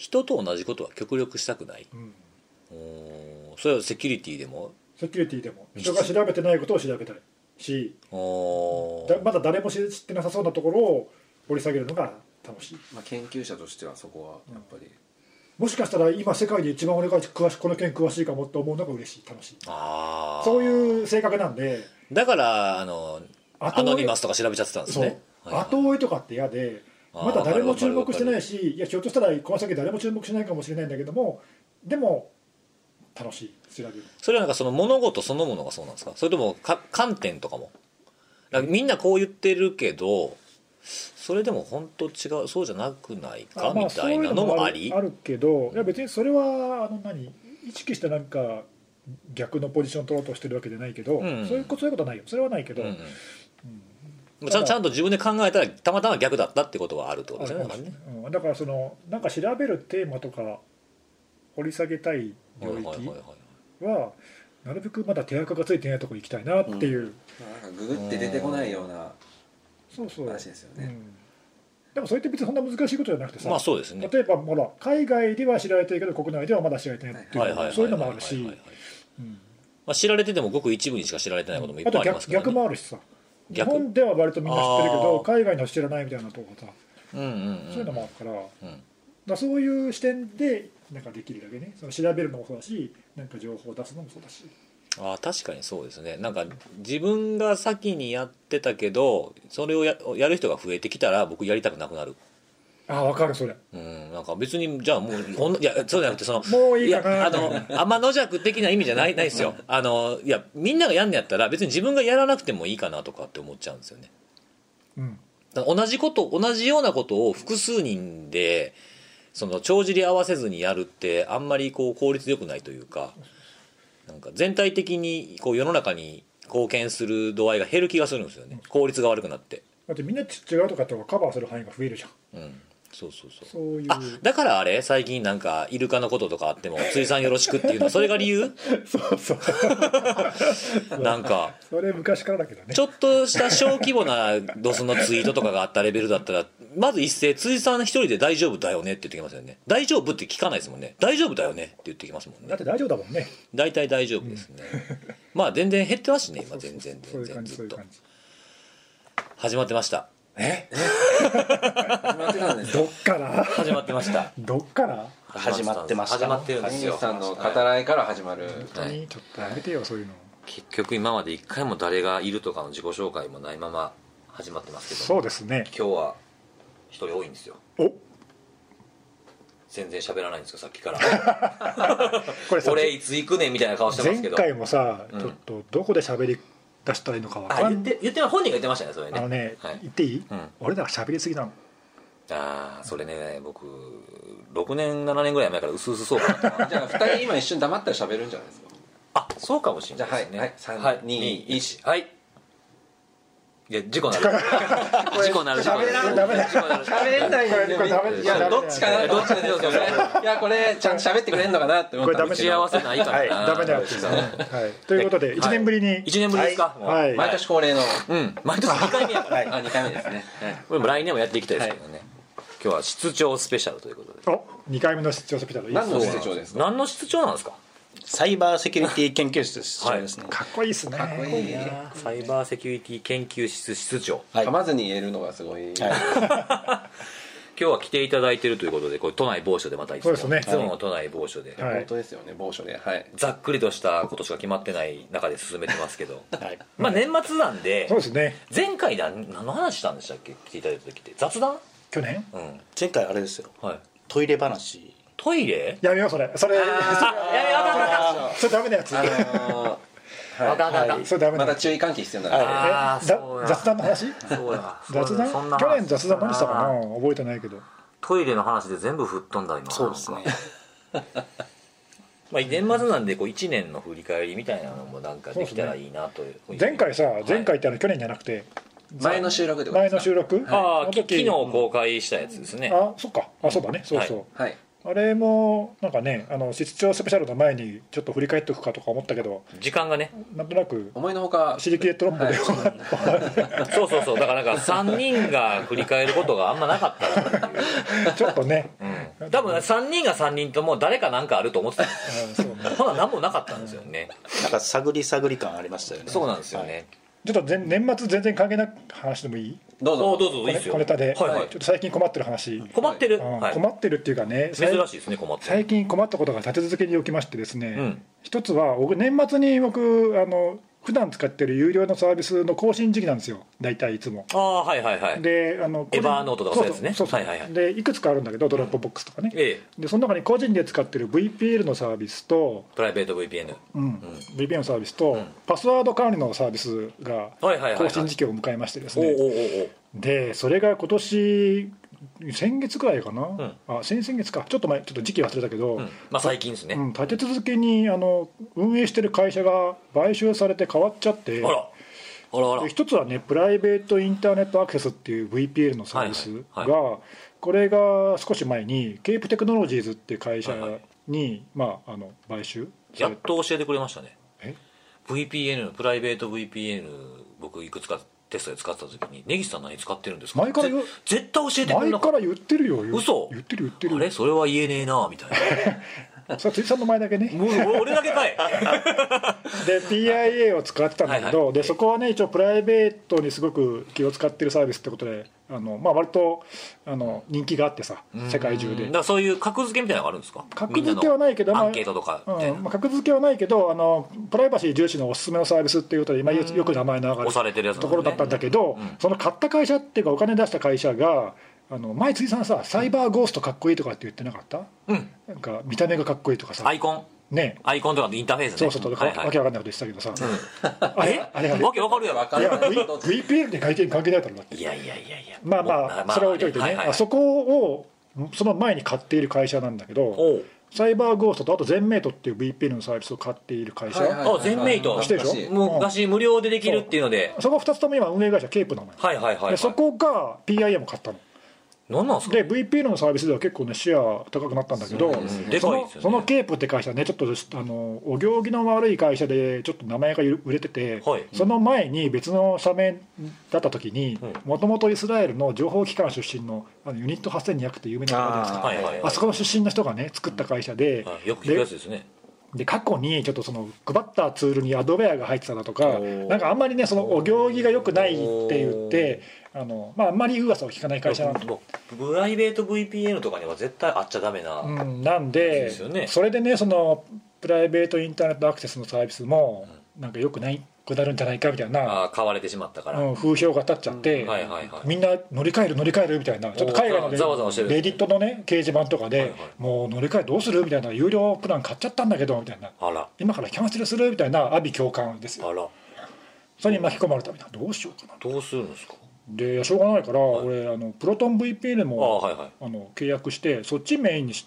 人と同じことは極力したくない、それはセキュリティでも人が調べてないことを調べたいし、まだ誰も知ってなさそうなところを掘り下げるのが楽しい、 研究者としてはそこはやっぱり、 もしかしたら今世界で一番俺がこの件詳しいかもって思うのが嬉しい、楽しい、そういう性格なんで、 だからアノニマスとか調べちゃってたんですね。 後追いとかって嫌で、まだ誰も注目してないし、いやひょっとしたらこの先誰も注目しないかもしれないんだけども、でも楽しい、調べる。 それはなんかその物事そのものがそうなんですか、それとも観点とかも、みんなこう言ってるけどそれでも本当違う、そうじゃなくないかみたいなのもあり、 あるけど、いや別にそれは意識してなんか逆のポジション取ろうとしてるわけじゃないけど、そういうことはないよ、それはないけど、 ちゃんと自分で考えたらたまたま逆だったってことはあるってことですよね。 だからなんか調べるテーマとか掘り下げたい領域はなるべくまだ手垢がついてないところに行きたいなっていう、 ググって出てこないような話ですよね。 でもそれって別にそんな難しいことじゃなくてさ、 そうですね、 例えばほら海外では知られてるけど国内ではまだ知られてないっていう、そういうのもあるし、 知られててもごく一部にしか知られてないこともいっぱいありますからね。 逆もあるしさ、日本では割とみんな知ってるけど海外の人知らないみたいなところさ、そういうのもあるから、そういう視点でなんかできるだけね、調べるのもそうだし、なんか情報を出すのもそうだし。 確かにそうですね。なんか自分が先にやってたけどそれを やる人が増えてきたら僕やりたくなくなる。 分かるそれ。 なんか別にじゃあもういやそうじゃなくてもういいかな、 天の弱的な意味じゃないですよ。いやみんながやんのやったら別に自分がやらなくてもいいかなとかって思っちゃうんですよね。同じようなことを複数人で帳尻合わせずにやるってあんまり効率よくないというか、なんか全体的に世の中に貢献する度合いが減る気がするんですよね。効率が悪くなって。 だってみんな違うとかってカバーする範囲が増えるじゃん。 そういうだから最近なんかイルカのこととかあっても水産よろしくっていうのはそれが理由なんかそれ昔からだけどね。 ちょっとした小規模なドスのツイートとかがあったレベルだったらまず一斉水産一人で大丈夫だよねって言ってきますよね。大丈夫って聞かないですもんね。大丈夫だよねって言ってきますもんね。 だって大丈夫だもんね。 大体大丈夫ですね。全然減ってますしね今。全然ずっと始まってました。 どっから始まってました。 どっから始まってました。始まってるんですよ。 さんの語らいから始まる。 ちょっとやめてよそういうの。 結局今まで一回も誰がいるとかの自己紹介もないまま始まってますけど、 そうですね。 今日は一人多いんですよ。全然喋らないんですよさっきからこれ俺いつ行くねんみたいな顔してますけど、 前回もさちょっとどこで喋り出したらいいのか分かんない。 本人が言ってましたねそれね。 言っていい？俺らが喋りすぎなの。 それね僕6年7年ぐらい前からうすうすそうかなじゃあ2人今一瞬黙ったら喋るんじゃないですか。 そうかもしれないですね。 じゃあ3、2、1、はい。 いや事故なる事故なる喋れないよね。これダメ。 いやどっちかな。いやこれちゃんと喋ってくれんのかなって思ったら幸せないからな。 ダメだよってということで1年ぶりに 1年ぶりですか。 毎年恒例の毎年2回目やから 2回目ですね。 これも来年もやっていきたいですけどね。今日は室長スペシャルということで。 2回目の室長スペシャル。 何の室長ですか。 何の室長なんですか。 サイバーセキュリティ研究室室長ですね。 かっこいいですね。 かっこいい。 サイバーセキュリティ研究室室長。 噛まずに言えるのがすごい。 今日は来ていただいているということで、これ都内某所でまたいつもの都内某所で、 本当ですよね某所で、 ざっくりとしたことしか決まってない中で進めてますけど、年末なんで、 そうですね。 前回何の話したんでしたっけ。来ていただいた時って雑談。 去年？ 前回あれですよ。トイレ話。 トイレ？ やめようそれ。それダメなやつ。それダメ。 また注意喚起必要なんだ。雑談の話？雑談？去年雑談何したかな？覚えてないけど。 トイレの話で全部吹っ飛んだ今。 そうですね。 年末なんで1年の振り返りみたいなのもなんかできたらいいなという。 前回って去年じゃなくて前の収録で。 前の収録？ 昨日公開したやつですね。 そっか。そうだね。そうそう。 あれもなんかね室長スペシャルの前にちょっと振り返っておくかとか思ったけど時間がねなんとなく思いのほかシリキレトロンボで、 はい、そうだからなんか3人が振り返ることがあんまなかったっていうちょっとね、 多分3人が3人とも誰かなんかあると思ってたんですよほな何もなかったんですよね。 なんか探り感ありましたよね。 そうなんですよね、はい、 ちょっと年末全然関係ない話でもいい？ どうぞいいですよ。 小ネタで、 はいはい、 ちょっと最近困ってる話。 困ってる、 困ってるっていうかね、 珍しいですね。困ってる。 最近困ったことが立て続けに起きましてですね、一つは年末に僕普段使ってる有料のサービスの更新時期なんですよ、大体いつも。 はい。 でエバーノートとかそうですね。 そう、でいくつかあるんだけど、ドロップボックスとかね、でその中に個人で使ってる VPN のサービスとプライベート VPN、 VPN のサービスと、パスワード管理のサービスが更新時期を迎えましてですね、でそれが今年先月くらいかな、先々月か、ちょっと前、ちょっと時期忘れたけど、 最近ですね、 立て続けに運営してる会社が買収されて変わっちゃって、一つはね、プライベートインターネットアクセスっていう VPN のサービスが、これが少し前にケープテクノロジーズっていう会社に買収やっと教えてくれましたね。VPN、プライベート VPN、僕いくつかテストで使った時に、根岸さん何使ってるんですか？ 前から絶対教えてくれなかった。 前から言ってるよ。 嘘？ 言ってる。 あれそれは言えねえなみたいな。 それ辻さんの前だけね。 もう俺だけかい。 で PIA を使ってたんだけど、でそこはね一応プライベートにすごく気を使ってるサービスってことで、割と人気があってさ、世界中で。 だからそういう格付けみたいなのがあるんですか？ 格付けはないけど、 アンケートとかみたいな、 格付けはないけどプライバシー重視のおすすめのサービスっていうことで今よく名前の上がる押されてるやつところだったんだけど、その買った会社っていうかお金出した会社が前辻さんさ、サイバーゴーストかっこいいとかって言ってなかった？なんか見た目がかっこいいとかさ、 アイコンね、アイコンとかのインターフェースね。 そう、わけわかんないこと言ってたけどさ、 あれわけわかるやろ。 VPN で関係ないだろうなって。 いやまあそれは置いといてね、そこをその前に買っている会社なんだけど、サイバーゴーストとあとゼンメイトっていう VPN のサービスを買っている会社。 ゼンメイト知ってるでしょ？ 昔無料でできるっていうので、 そこ2つとも今運営会社ケープなのよ。そこが PIA も買ったの。 何なんですか？ で VPN のサービスでは結構ねシェア高くなったんだけど、そのケープって会社ね、ちょっとお行儀の悪い会社でちょっと名前が売れてて、その前に別の社名だった時に、もともとイスラエルの情報機関出身のユニット8200って有名な会社ですか、あそこの出身の人がね作った会社で、 よく聞くやつですね。 で過去にちょっとその配ったツールにアドウェアが入ってただとか、なんかあんまりねそのお行儀が良くないって言ってあんまり噂を聞かない会社なんで、 プライベート VPN とかには絶対あっちゃダメな、 なんで、それでねそのプライベートインターネットアクセスのサービスもなんか良くないくなるんじゃないかみたいな、 買われてしまったから、 風評が立っちゃって、みんな乗り換えるみたいな、ちょっと海外のレディットのね掲示板とかで、もう乗り換えどうするみたいな、有料プラン買っちゃったんだけどみたいな、今からキャンセルするみたいな阿鼻共感ですよ。それに巻き込まれたみたいな、どうしようかな。 どうするんですか？ でしょうがないから、俺プロトン VPN も契約して、そっちメインにして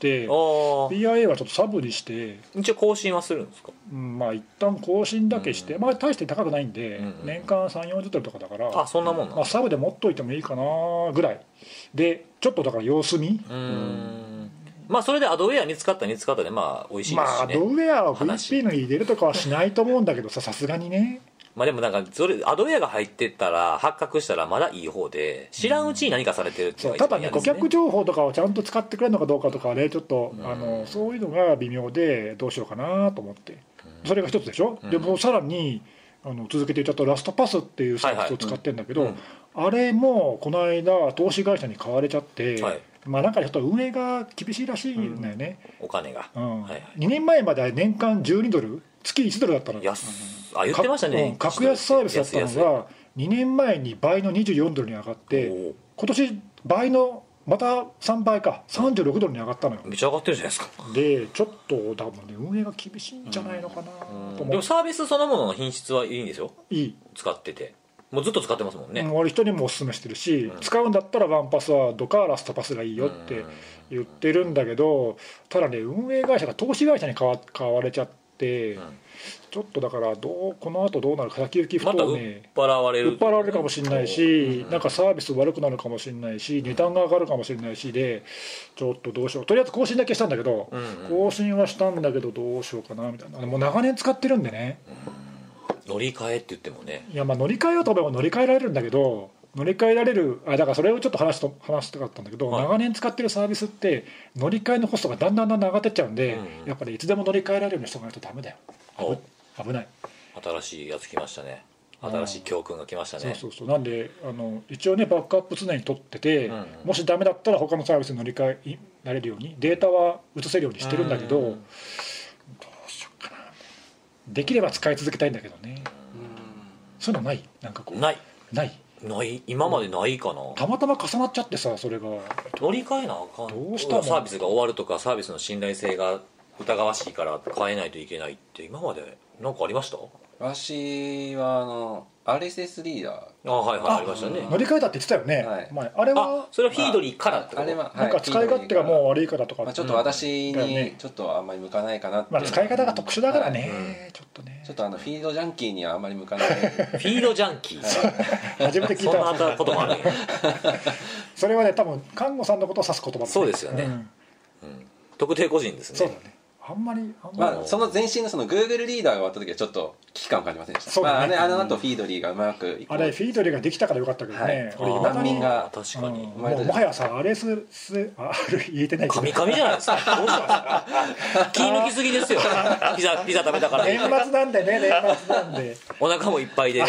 PIA はちょっとサブにして、 一応更新はするんですか？ 一旦更新だけして、大して高くないんで、年間3,40ドルとかだから、 そんなもんな、 サブで持っといてもいいかなぐらいで、ちょっとだから様子見。 それでアドウェア見つかったで美味しいですしね。 アドウェアを VPN に入れるとかはしないと思うんだけどさすがにね。 でもなんかそれアドウェアが入ってったら発覚したらまだいい方で、知らんうちに何かされてるっていうのが一番嫌ですね。 ただね、顧客情報とかをちゃんと使ってくれるのかどうかとかね、ちょっとそういうのが微妙でどうしようかなと思って、それが一つでしょ。でもさらに続けて言っちゃうとラストパスっていうサービスを使ってるんだけど、あれもこの間投資会社に買われちゃって、なんかちょっと運営が厳しいらしいんだよね、 お金が。 2年前までは年間12ドル月1ドルだったの。 言ってましたね。 格安サービスだったのが2年前に倍の24ドルに上がって、今年倍のまた3倍か36ドルに上がったのよ。 めっちゃ上がってるじゃないですか。 でちょっと多分ね運営が厳しいんじゃないのかなと思って。 でもサービスそのものの品質はいいんですよ。いい、使っててもうずっと使ってますもんね。 俺人にもおすすめしてるし、使うんだったらワンパスワードかラストパスがいいよって言ってるんだけど、ただね運営会社が投資会社に買われちゃって、 て、ちょっとだからこの後どうなるか、先行き不透明、 また売っ払われるかもしれないし、なんかサービス悪くなるかもしれないし、値段が上がるかもしれないしで、ちょっとどうしよう、とりあえず更新だけしたんだけど、更新はしたんだけどどうしようかなみたいな。もう長年使ってるんでね、 乗り換えって言ってもね、 いやまあ乗り換えようと思えば乗り換えられるんだけど、乗り換えられる、だからそれをちょっと話したかったんだけど、長年使ってるサービスって乗り換えのコストがだんだん上がってっちゃうんで、やっぱりいつでも乗り換えられるようにしとかないとダメだよ。危ない。 新しいやつ来ましたね。新しい教訓が来ましたね。 そうなんで一応ねバックアップ常に取ってて、もしダメだったら他のサービスに乗り換えられるようにデータは移せるようにしてるんだけど、どうしようかな。できれば使い続けたいんだけどね。そういうのない？なんかこうない今までないかな。 たまたま重なっちゃってさ、それが乗り換えなあかん。 どうしたの？ サービスが終わるとかサービスの信頼性が疑わしいから変えないといけないって今まで何かありました？ 私はRSS リーダーありましたね。 乗り換えたって言ってたよね、 はいあれはそれはフィードリーからってこと？ あれはなんか使い勝手がもう悪いからとか、 ちょっと私にちょっとあんまり向かないかなって、 使い方が特殊だからね、ちょっとね、 ちょっとフィードジャンキーにはあんまり向かないフィードジャンキー、 初めて聞いたそんなこともあるんやそれはね多分看護さんのことを指す言葉だね。 そうですよね、特定個人ですね。 そうだね。あんまりその前身のGoogle リーダーが終わった時はちょっと危機感を感じませんでした。 そうだね。 あの後フィードリーがうまくいく。 あれフィードリーができたからよかったけどね。 俺今みんな確かにもはやさRSS 言えてないけど。 神々じゃないですか。どうしたんですか。気抜きすぎですよ。ピザ食べたから。 年末なんでね、年末なんで。 お腹もいっぱいでね。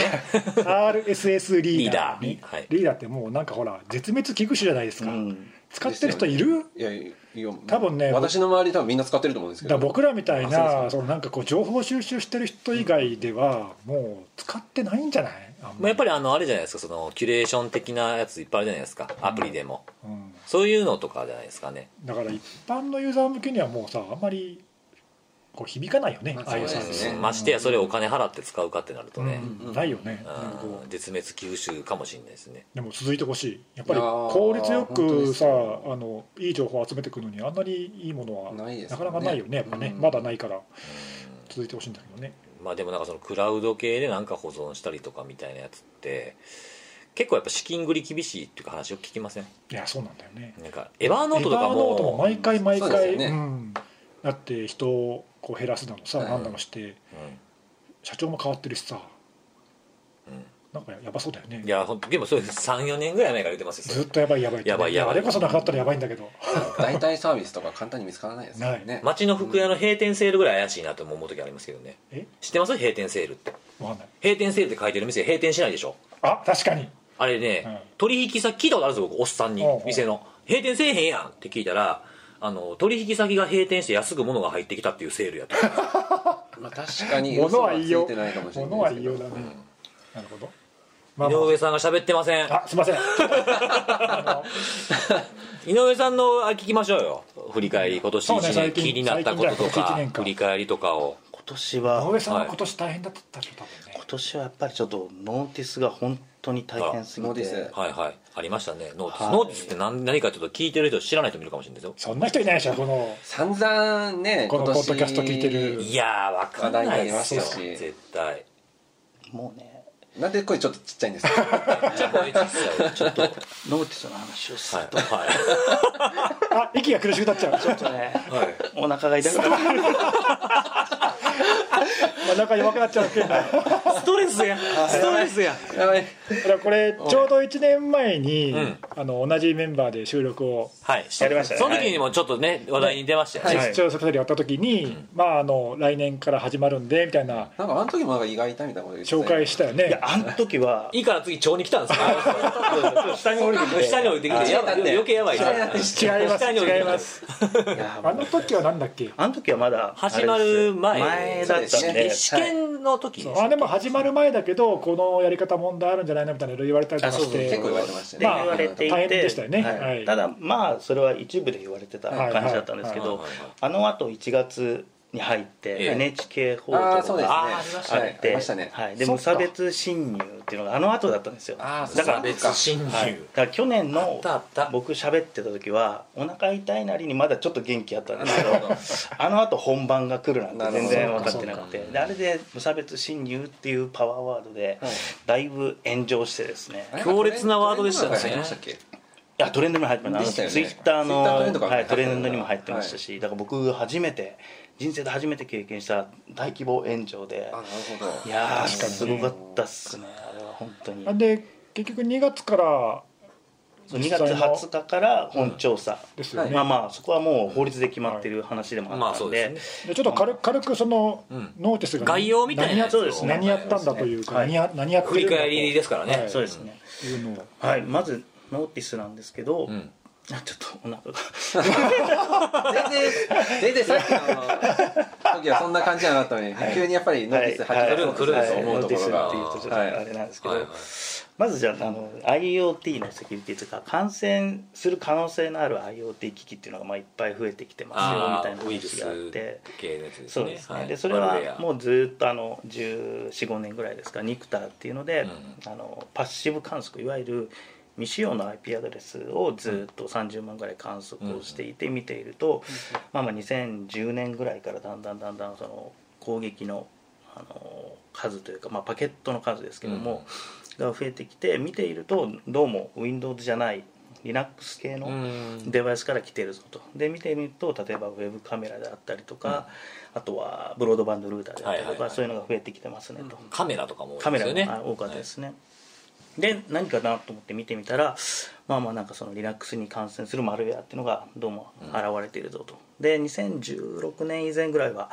RSS リーダー。 リーダーってもうなんかほら絶滅危惧種じゃないですか。使ってる人いる？ いや多分ね、 私の周り多分みんな使ってると思うんですけど、 僕らみたいななんかこう情報収集してる人以外ではもう使ってないんじゃない？ やっぱりあれじゃないですか、そのキュレーション的なやついっぱいあるじゃないですか、アプリでも、そういうのとかじゃないですかね。 だから一般のユーザー向けにはもうさあんまりこう響かないよね、ああいうサービス。 ましてやそれをお金払って使うかってなるとね、 ないよね。 絶滅危惧種かもしれないですね。 でも続いてほしい。やっぱり効率よくさいい情報を集めてくるのにあんなにいいものはなかなかないよね。やっぱねまだないから続いてほしいんだけどね。 まあでもなんかそのクラウド系でなんか保存したりとかみたいなやつって結構やっぱ資金繰り厳しいっていうか話を聞きません？いやそうなんだよね。 なんかエバーノートとかも毎回だって人をこう減らすのもさ何だのして社長も変わってるしさ、なんかやばそうだよね。 いやでもそれ 3,4 年ぐらい前から言ってますよ。 ずっとやばいあれこそなくなったらやばいんだけど代替サービスとか簡単に見つからないですよね。 街の服屋の閉店セールぐらい怪しいなと思う時ありますけどね。知ってます？閉店セールって。 わかんない。 閉店セールって書いてる店閉店しないでしょ。 確かにあれね、取引先聞いたことあるんですよ僕、おっさんに。店の閉店せえへんやんって聞いたら取引先が閉店して安く物が入ってきたっていうセールやったまあ確かに嘘はついてないかもしれないですけど、 物は言いようだね。なるほど。 井上さんが喋ってません。 すいません井上さんの聞きましょうよ。振り返り、今年1年気になったこととか振り返りとかを。 今年は井上さんは今年大変だったでしょ多分ね。 今年はやっぱりちょっとノーティスが本当に大変すぎて、 ありましたね。ノーティスって何かちょっと聞いてる人知らない人もいるかもしれないですよ。 そんな人いないでしょ。この散々ねこのポッドキャスト聞いてる。 いやー分かんないですよ絶対。 もうね、 なんで声ちょっとちっちゃいんですか？ ちょっとノーティスの話をすると、 息が苦しくなっちゃう。 ちょっとね、お腹が痛くなる。 お腹弱くなっちゃうっていうストレスややばい。 これちょうど1年前に同じメンバーで収録をやりましたね。 その時にもちょっとね話題に出ましたよね。 視聴者2人やった時に来年から始まるんでみたいな、 なんかあの時もなんか胃が痛いみたいなこと紹介したよね。 いやあの時はいいから次腸に来たんですか？ 下に降りてきて余計やばい。 違いますあの時はなんだっけ？ あの時はまだ始まる前だったんで、 試験の時です。 でも始まる前だけどこのやり方問題あるんじゃないのみたいな言われたりとかして、 結構言われてましたね。 言われていて大変でしたよね。 ただそれは一部で言われてた感じだったんですけど、あのあと1月に入って、 ええ NHK 報道があそうですねってありましたねはい、でそっか無差別侵入っていうのがあの後だったんですよ。 あーだから差別侵入、 はい、だから去年あっのたあった僕喋ってた時はお腹痛いなりにまだちょっと元気あったんですけどあの後本番が来るなんて全然分かってなくて、であれで無差別侵入っていうパワーワードでだいぶ炎上してですね、 強烈なワードでしたねトレンドにも入りましたっけ？ いやトレンドにも入ってます、 でしたよねツイッターの Twitter トレンドかはい、トレンドにも入ってましたし、だから僕人生で初めて経験した大規模炎上で、 あ、なるほど。 いやーすごかったっすねあれは本当に。 で結局2月からそう2月20日から本調査、 ですよね、 まあそこはもう法律で決まってる話でもあったんで、 でちょっと軽くそのノーティスが概要みたいなやつを何やったんだというか、 はい何やってるんだと振り返りですからね、 そうですね、 いうのを、 はい、まずノーティスなんですけど、 うんちょっとお腹が全然さっきの時はそんな感じじゃなかったのに、急にやっぱりノーティス吐き出る来ると思うところが、 ノーティスっていうとちょっとあれなんですけど、 はいはいまずじゃあIoT のセキュリティというか感染する可能性のある IoT 機器っていうのがまあいっぱい増えてきてますよみたいなウイルス話があって系のやつですね。 そうですね、 はいでそれはもうずっと14、15年ぐらいですか、ニクターっていうので、パッシブ観測、いわゆる未使用の IP アドレスをずっと30万ぐらい観測をしていて見ていると、まあ2010年ぐらいからだんだんその攻撃の数というか、まあ、パケットの数ですけども、が増えてきて見ているとどうも Windows じゃない Linux 系のデバイスから来てるぞと。で見てみると例えばウェブカメラであったりとか、あとはブロードバンドルーターであったりとか、そういうのが増えてきてますねと。 カメラとかも多カメラいですよね。 も多かったですね、で何かなと思って見てみたらなんかその Linux に感染するマルウェアっていうのがどうも現れているぞと。で2016年以前ぐらいは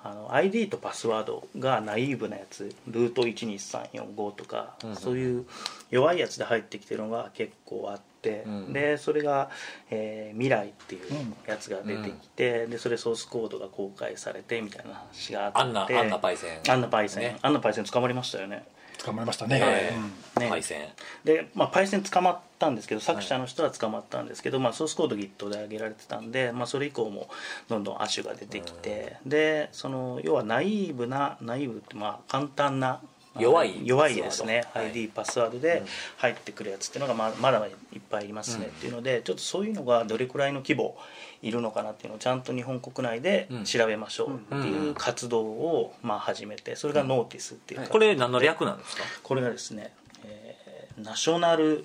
ID とパスワードがナイーブなやつ、ルート12345とか、そういう弱いやつで入ってきてるのが結構あって、でそれが、未来っていうやつが出てきて、でそれソースコードが公開されてみたいな話があって、 アンナパイセンアンナパイセン捕まりましたよね。 捕まりましたね、 パイセンで、パイセン捕まったんですけど、作者の人は捕まったんですけど、ソースコード Git で上げられてたんで、それ以降もどんどん亜種が出てきて、でその要はナイーブって簡単な弱いですね、ID パスワードで入ってくるやつっていうのがまだいっぱいいますねっていうので、ちょっとそういうのがどれくらいの規模いるのかなっていうのをちゃんと日本国内で調べましょうっていう活動を始めて、それがノーティスっていう、 これ何の略なんですか？ これがですね、ナショナル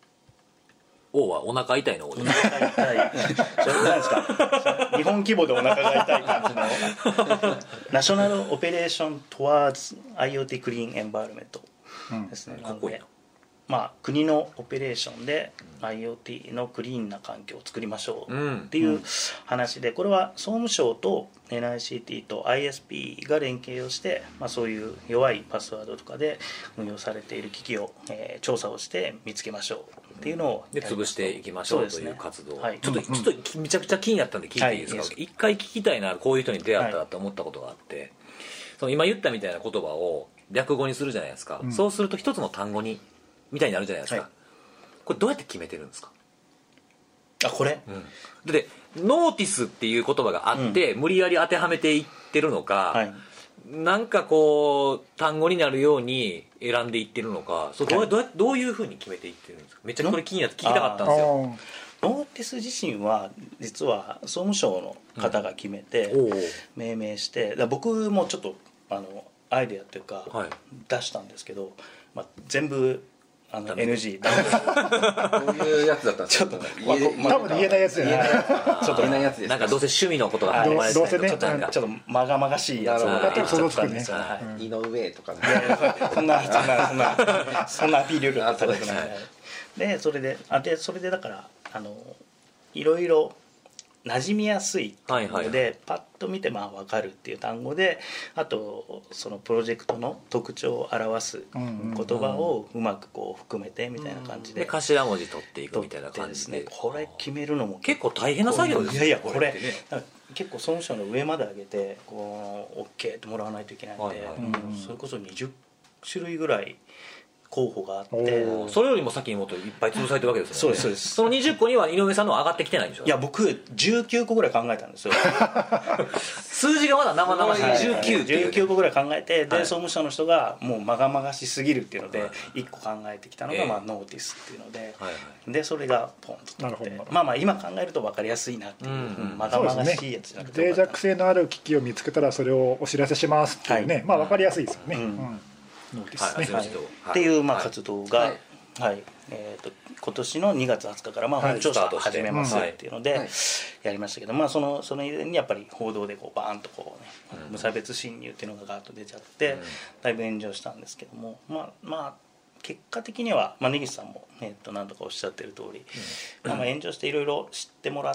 O はお腹痛いの O でお腹痛いそれ何ですか日本規模でお腹が痛い感じのナショナルオペレーション Towards IoT Clean Environment ですね、 かっこいいな。 国のオペレーションで IoT のクリーンな環境を作りましょうっていう話で、これは総務省と NICT と ISP が連携をして、そういう弱いパスワードとかで運用されている機器を、調査をして見つけましょうっていうのをで潰していきましょうという活動、 はい、 ちょっとめちゃくちゃ気になったんで聞いていいですか？一回聞きたいな、こういう人に出会ったらと思ったことがあって、その今言ったみたいな言葉を略語にするじゃないですか、そうすると一つの単語にみたいになるじゃないですか、これどうやって決めてるんですか？ これ、 でノーティスっていう言葉があって、無理やり当てはめていってるのか、なんかこう単語になるように選んでいってるのか、どういうふうに決めていってるんですか？めっちゃこれ気になって聞きたかったんですよ。 ノーティス自身は実は総務省の方が決めて命名して、僕もちょっとアイデアというか出したんですけど、全部NG ダメどういうやつだったんですか？ 多分言えないやつじゃないちょっと言えないやつです。 なんかどうせ趣味のことが含まれてどうせねちょっとまがまがしいやつをだと想像つくね。 井上とかね。 そんなアピール力は高くない。でそれでだからいろいろ馴染みやすい単語でパッと見て分かるっていう単語で、あとそのプロジェクトの特徴を表す言葉をうまくこう含めてみたいな感じで頭文字取っていくみたいな感じで、 これ決めるのも結構大変な作業ですね。 いやこれ結構総務省の上まで上げてこう OK ってもらわないといけないんで、それこそ20種類ぐらい候補があって、 それよりも先にもっといっぱい潰されてるわけですよね。 そうです。 その20個には井上さんのは上がってきてないんでしょ。 いや僕19個ぐらい考えたんですよ数字がまだ生々しい。19っていう、 19個ぐらい考えて、で総務省の人がもうまがまがしすぎるっていうので1個考えてきたのがまあノーティスっていうので、でそれがポンと取って、まあ今考えると分かりやすいなっていう、まがまがしいやつじゃなくて、 脆弱性のある機器を見つけたらそれをお知らせしますっていうね、まあ分かりやすいですよね。ノーティスね、 っていうまあ活動が、今年の2月20日からまあ本調査始めますっていうのでやりましたけど、まあその以前にやっぱり報道でこうバーンとこうね無差別侵入っていうのがガーッと出ちゃってだいぶ炎上したんですけども、まあ結果的には根岸さんも何とかおっしゃってる通り、まあ炎上していろいろ知ってもらって、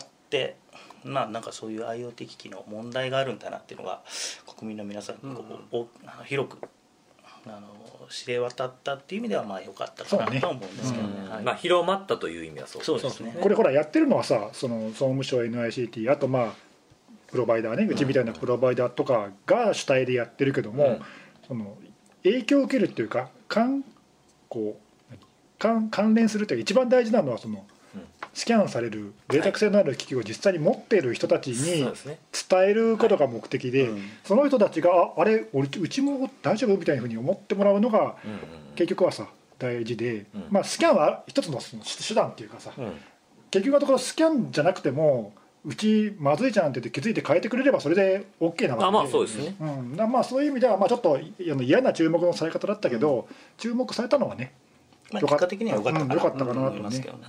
まあなんかそういう IoT 機器の問題があるんだなっていうのが国民の皆さんにこう広く知れ渡ったっていう意味ではまあ良かったかなと思うんですけどね。 まあ広まったという意味はそうですね。 これほらやってるのはさ、その総務省 NICT あとまあプロバイダーね、うちみたいなプロバイダーとかが主体でやってるけども、その影響を受けるっていうか関連するというか一番大事なのはそのスキャンされる脆弱性のある機器を実際に持っている人たちに伝えることが目的で、その人たちがあれうちも大丈夫みたいなふうに思ってもらうのが結局はさ大事で、まあスキャンは一つの手段っていうかさ、結局のところスキャンじゃなくてもうちまずいじゃんって言って気づいて変えてくれればそれで OK なわけで、 まあそうですね。 まあそういう意味ではまあちょっと嫌な注目のされ方だったけど、注目されたのはね、 結果的には良かったかなと思いますけどね。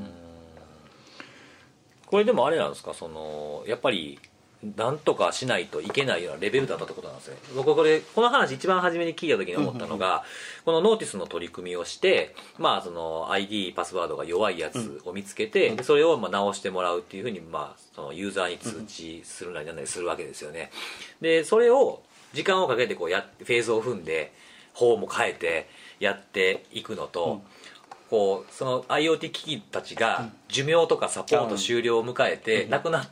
これでもあれなんですか、そのやっぱりなんとかしないといけないようなレベルだったってことなんですよ。僕この話一番初めに聞いた時に思ったのが、このノーティスの取り組みをして、まあその ID パスワードが弱いやつを見つけて、でそれをまあ直してもらうっていうふうに、まあそのユーザーに通知するなりなんなりするわけですよね。でそれを時間をかけてこうフェーズを踏んで方も変えてやっていくのと、こうその IoT 機器たちが寿命とかサポート終了を迎えてなくなって、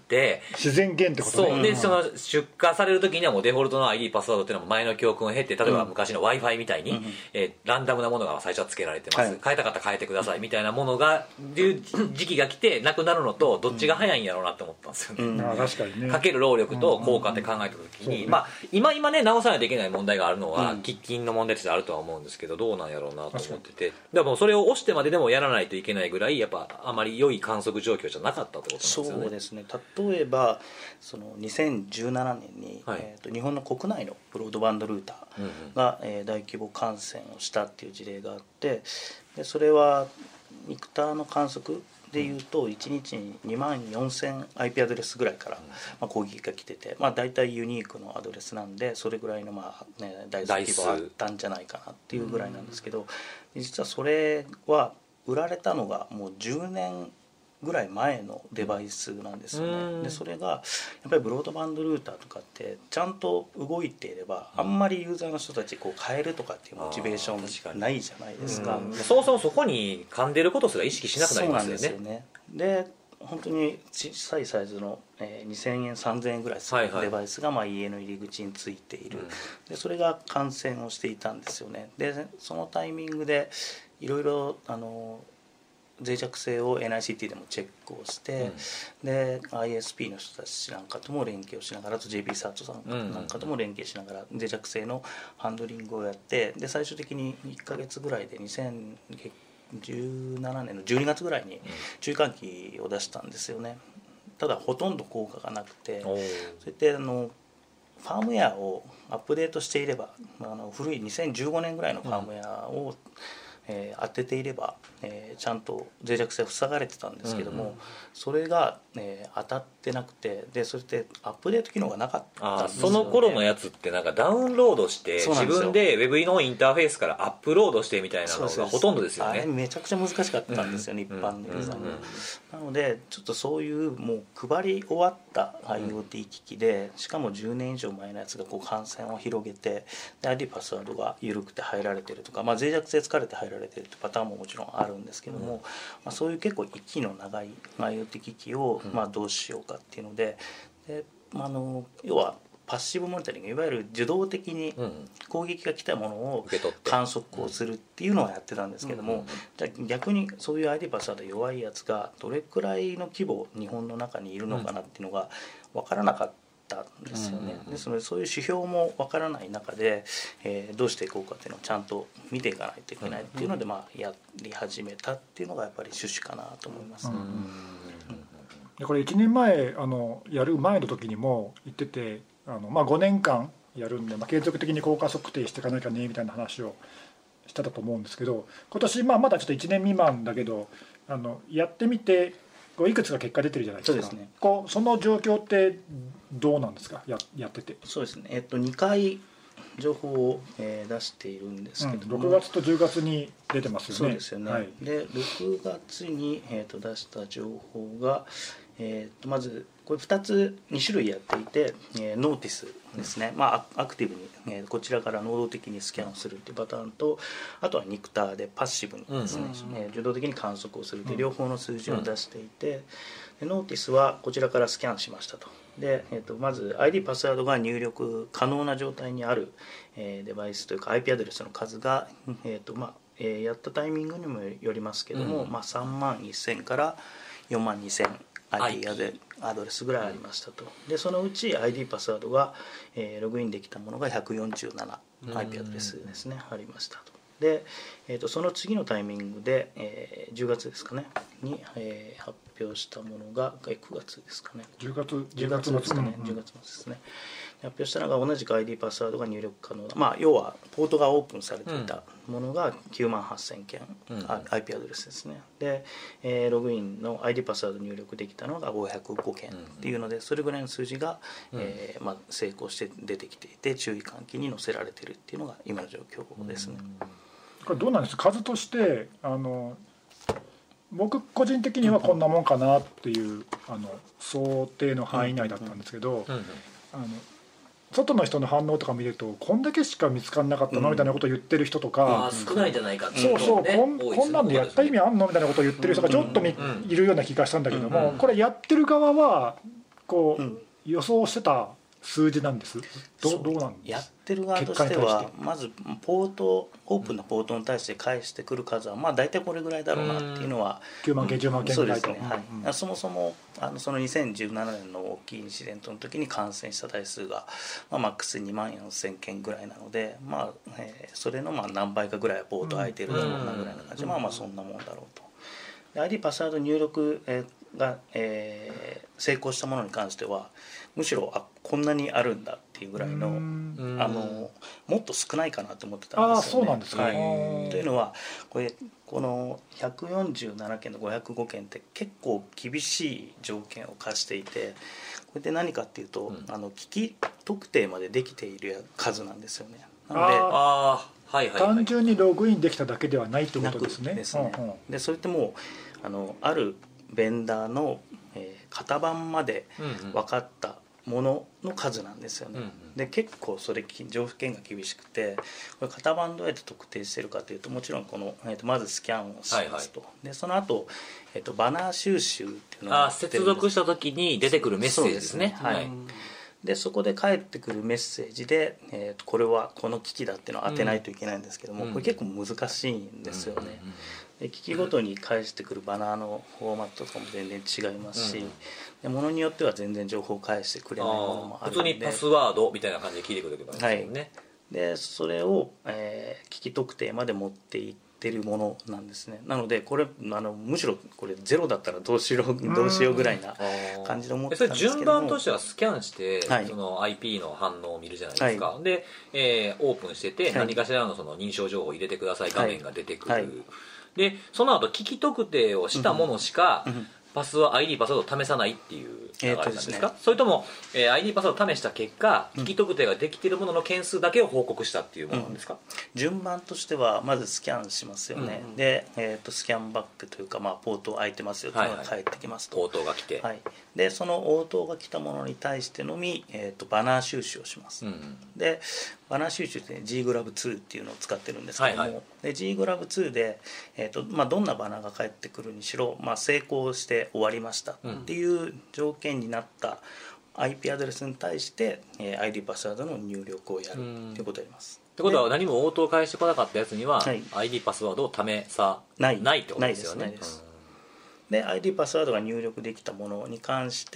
自然減ってことね。 そうでその出荷される時にはもうデフォルトの ID パスワードっていうのも前の教訓を経て、例えば昔の Wi-Fi みたいに、ランダムなものが最初は付けられてます、変えたかったら変えてくださいみたいなものがいう時期が来てなくなるのとどっちが早いんやろうなって思ったんですよね。 確かにね。 かける労力と効果って考えた時に、まあ今ね直さないといけない問題があるのは喫緊の問題としてあるとは思うんですけど、どうなんやろうなと思ってて、でもそれを押してまででもやらないといけないぐらいやっぱあまり良い観測状況じゃなかったってことなんですよね。 そうですね。例えばその2017年に、日本の国内のブロードバンドルーターが、大規模感染をしたっていう事例があって、でそれはミクターの観測でいうと1日に2万4000 IP アドレスぐらいから、攻撃が来てて、大体ユニークのアドレスなんでそれぐらいの大規模あったんじゃないかなっていうぐらいなんですけど、実はそれは売られたのがもう10年ぐらい前のデバイスなんですよね。でそれがやっぱりブロードバンドルーターとかってちゃんと動いていれば、あんまりユーザーの人たちこう変えるとかっていうモチベーションないじゃないですか。 そもそもそこに噛んでることすら意識しなくなりますよね。 そうなんですよね。で本当に小さいサイズの2000円3000円ぐらいするデバイスが家の入り口についている、でそれが感染をしていたんですよね。でそのタイミングでいろいろ脆弱性を NICT でもチェックをして、で ISP の人たちなんかとも連携をしながら、あと JP サートさんなんかとも連携しながら脆弱性のハンドリングをやって、で最終的に1ヶ月ぐらいで2017年の12月ぐらいに注意喚起を出したんですよね。ただほとんど効果がなくて、そうやってファームウェアをアップデートしていれば、古い2015年ぐらいのファームウェアを当てていれば、ちゃんと脆弱性を塞がれてたんですけども、それが、当たってなくて、でそれってアップデート機能がなかったんですよね。 その頃のやつってなんかダウンロードして自分で Web のインターフェースからアップロードしてみたいなのがほとんどですよね。 あれめちゃくちゃ難しかったんですよね、一般のユーザーに。なのでちょっとそういうもう配り終わった IoT 機器で、しかも10年以上前のやつがこう感染を広げて、で ID パスワードが緩くて入られてるとか、脆弱性疲れて入られてるってパターンももちろんあるんですけども、そういう結構息の長い IoT 機器をどうしようかっていうので、要はパッシブモニタリング、いわゆる受動的に攻撃が来たものを観測をするっていうのをやってたんですけども、じゃあ逆にそういう ID パスワード弱いやつがどれくらいの規模日本の中にいるのかなっていうのが分からなかったんですよね。ですのでそういう指標も分からない中で、どうしていこうかっていうのをちゃんと見ていかないといけないっていうので、やり始めたっていうのがやっぱり趣旨かなと思いますね。 でこれ1年前やる前の時にも言ってて5年間やるんで、継続的に効果測定していかなきゃねみたいな話をしてたと思うんですけど、今年まだちょっと1年未満だけどやってみていくつか結果出てるじゃないですか。 そうですね。 その状況ってどうなんですか、やってて。 そうですね、2回情報を出しているんですけども、 6月と10月に出てますよね。 そうですよね、はい、で6月に、出した情報が、まずこれ2種類やっていて、ノーティスですね、アクティブに、こちらから能動的にスキャンをするっていうパターンと、あとはニクターでパッシブにですね、受動的に観測をするという両方の数字を出していて、でノーティスはこちらからスキャンしましたと。で、まず ID パスワードが入力可能な状態にある、デバイスというか IP アドレスの数が、やったタイミングにもよりますけども、3万1000から4万2000 ID アドレスぐらいありましたと。でそのうち ID パスワードが、ログインできたものが147 IP アドレスですね、ありましたと。で、その次のタイミングで、10月ですかねに、発表したものが9月ですかね、10月ですかね、10月末ですね、発表したのが同じく ID パスワードが入力可能な、要はポートがオープンされていたものが9万8000件、IP アドレスですね。で、ログインの ID パスワード入力できたのが505件っていうので、それぐらいの数字が、成功して出てきていて、注意喚起に載せられているっていうのが今の状況ですね。 これどうなんですか、数として僕個人的にはこんなもんかなっていう想定の範囲内だったんですけど、外の人の反応とか見るとこんだけしか見つからなかったのみたいなことを言ってる人とか、 少ないんじゃないかっていう、こんなんでやった意味あんのみたいなことを言ってる人がちょっといるような気がしたんだけども、これやってる側は予想してた数字なんです。どうなんですか。 やってる側としてはまずオープンなポートに対して返してくる数は大体これぐらいだろうなっていうのは、 9万件10万件ぐらいと。 そうですね、はい。そもそもその2017年の大きいインシデントの時に感染した台数が、マックス2万4000件ぐらいなので、それの何倍かぐらいはポート空いてるだろうなぐらいな感じで、そんなもんだろうと。で ID パスワード入力が成功したものに関してはむしろこんなにあるんだっていうぐらいのもっと少ないかなと思ってたんですよね。 そうなんですか。 というのはこの147件の505件って結構厳しい条件を課していて、これで何かっていうと、機器特定までできている数なんですよね。なので単純にログインできただけではないということですね。 でそれってもうあるベンダーの型番まで分かったものの数なんですよね。で結構それ条件が厳しくて、これ型番どうやって特定してるかというと、もちろんこの、まずスキャンをしますと、でその後、バナー収集っていうのが接続した時に出てくるメッセージですね。 でそこで返ってくるメッセージで、これはこの機器だっていうのを当てないといけないんですけども、これ結構難しいんですよね。で機器ごとに返してくるバナーのフォーマットとかも全然違いますし、でものによっては全然情報を返してくれないものもあるので、 普通にパスワードみたいな感じで聞いてくれればいいんですよね。 でそれを、機器特定まで持っていってるものなんですね。なのでこれむしろこれゼロだったらどうしようぐらいな感じで思ってたんですけども、 それ順番としてはスキャンして、その IP の反応を見るじゃないですか。で、オープンしてて、何かしらのその認証情報を入れてください画面が出てくる。でその後機器特定をしたものしか、ID パスワードを試さないっていう流れなんですか。それとも、ID パスワードを試した結果、機器特定ができているものの件数だけを報告したっていうものなんですか。 順番としてはまずスキャンしますよね。で、スキャンバックというか、ポート空いてますよというのが返ってきますと、 応答が来て、 でその応答が来たものに対してのみ、バナー収集をします。でバナー収集って、G-Grab2 っていうのを使ってるんですけども、で G-Grab2 で、どんなバナーが返ってくるにしろ、成功して終わりましたっていう条件になった IP アドレスに対して、ID パスワードの入力をやるということをやります。 ってことは何も応答返してこなかったやつには ID パスワードを試さないってことですよね。 ないです。で ID パスワードが入力できたものに関して、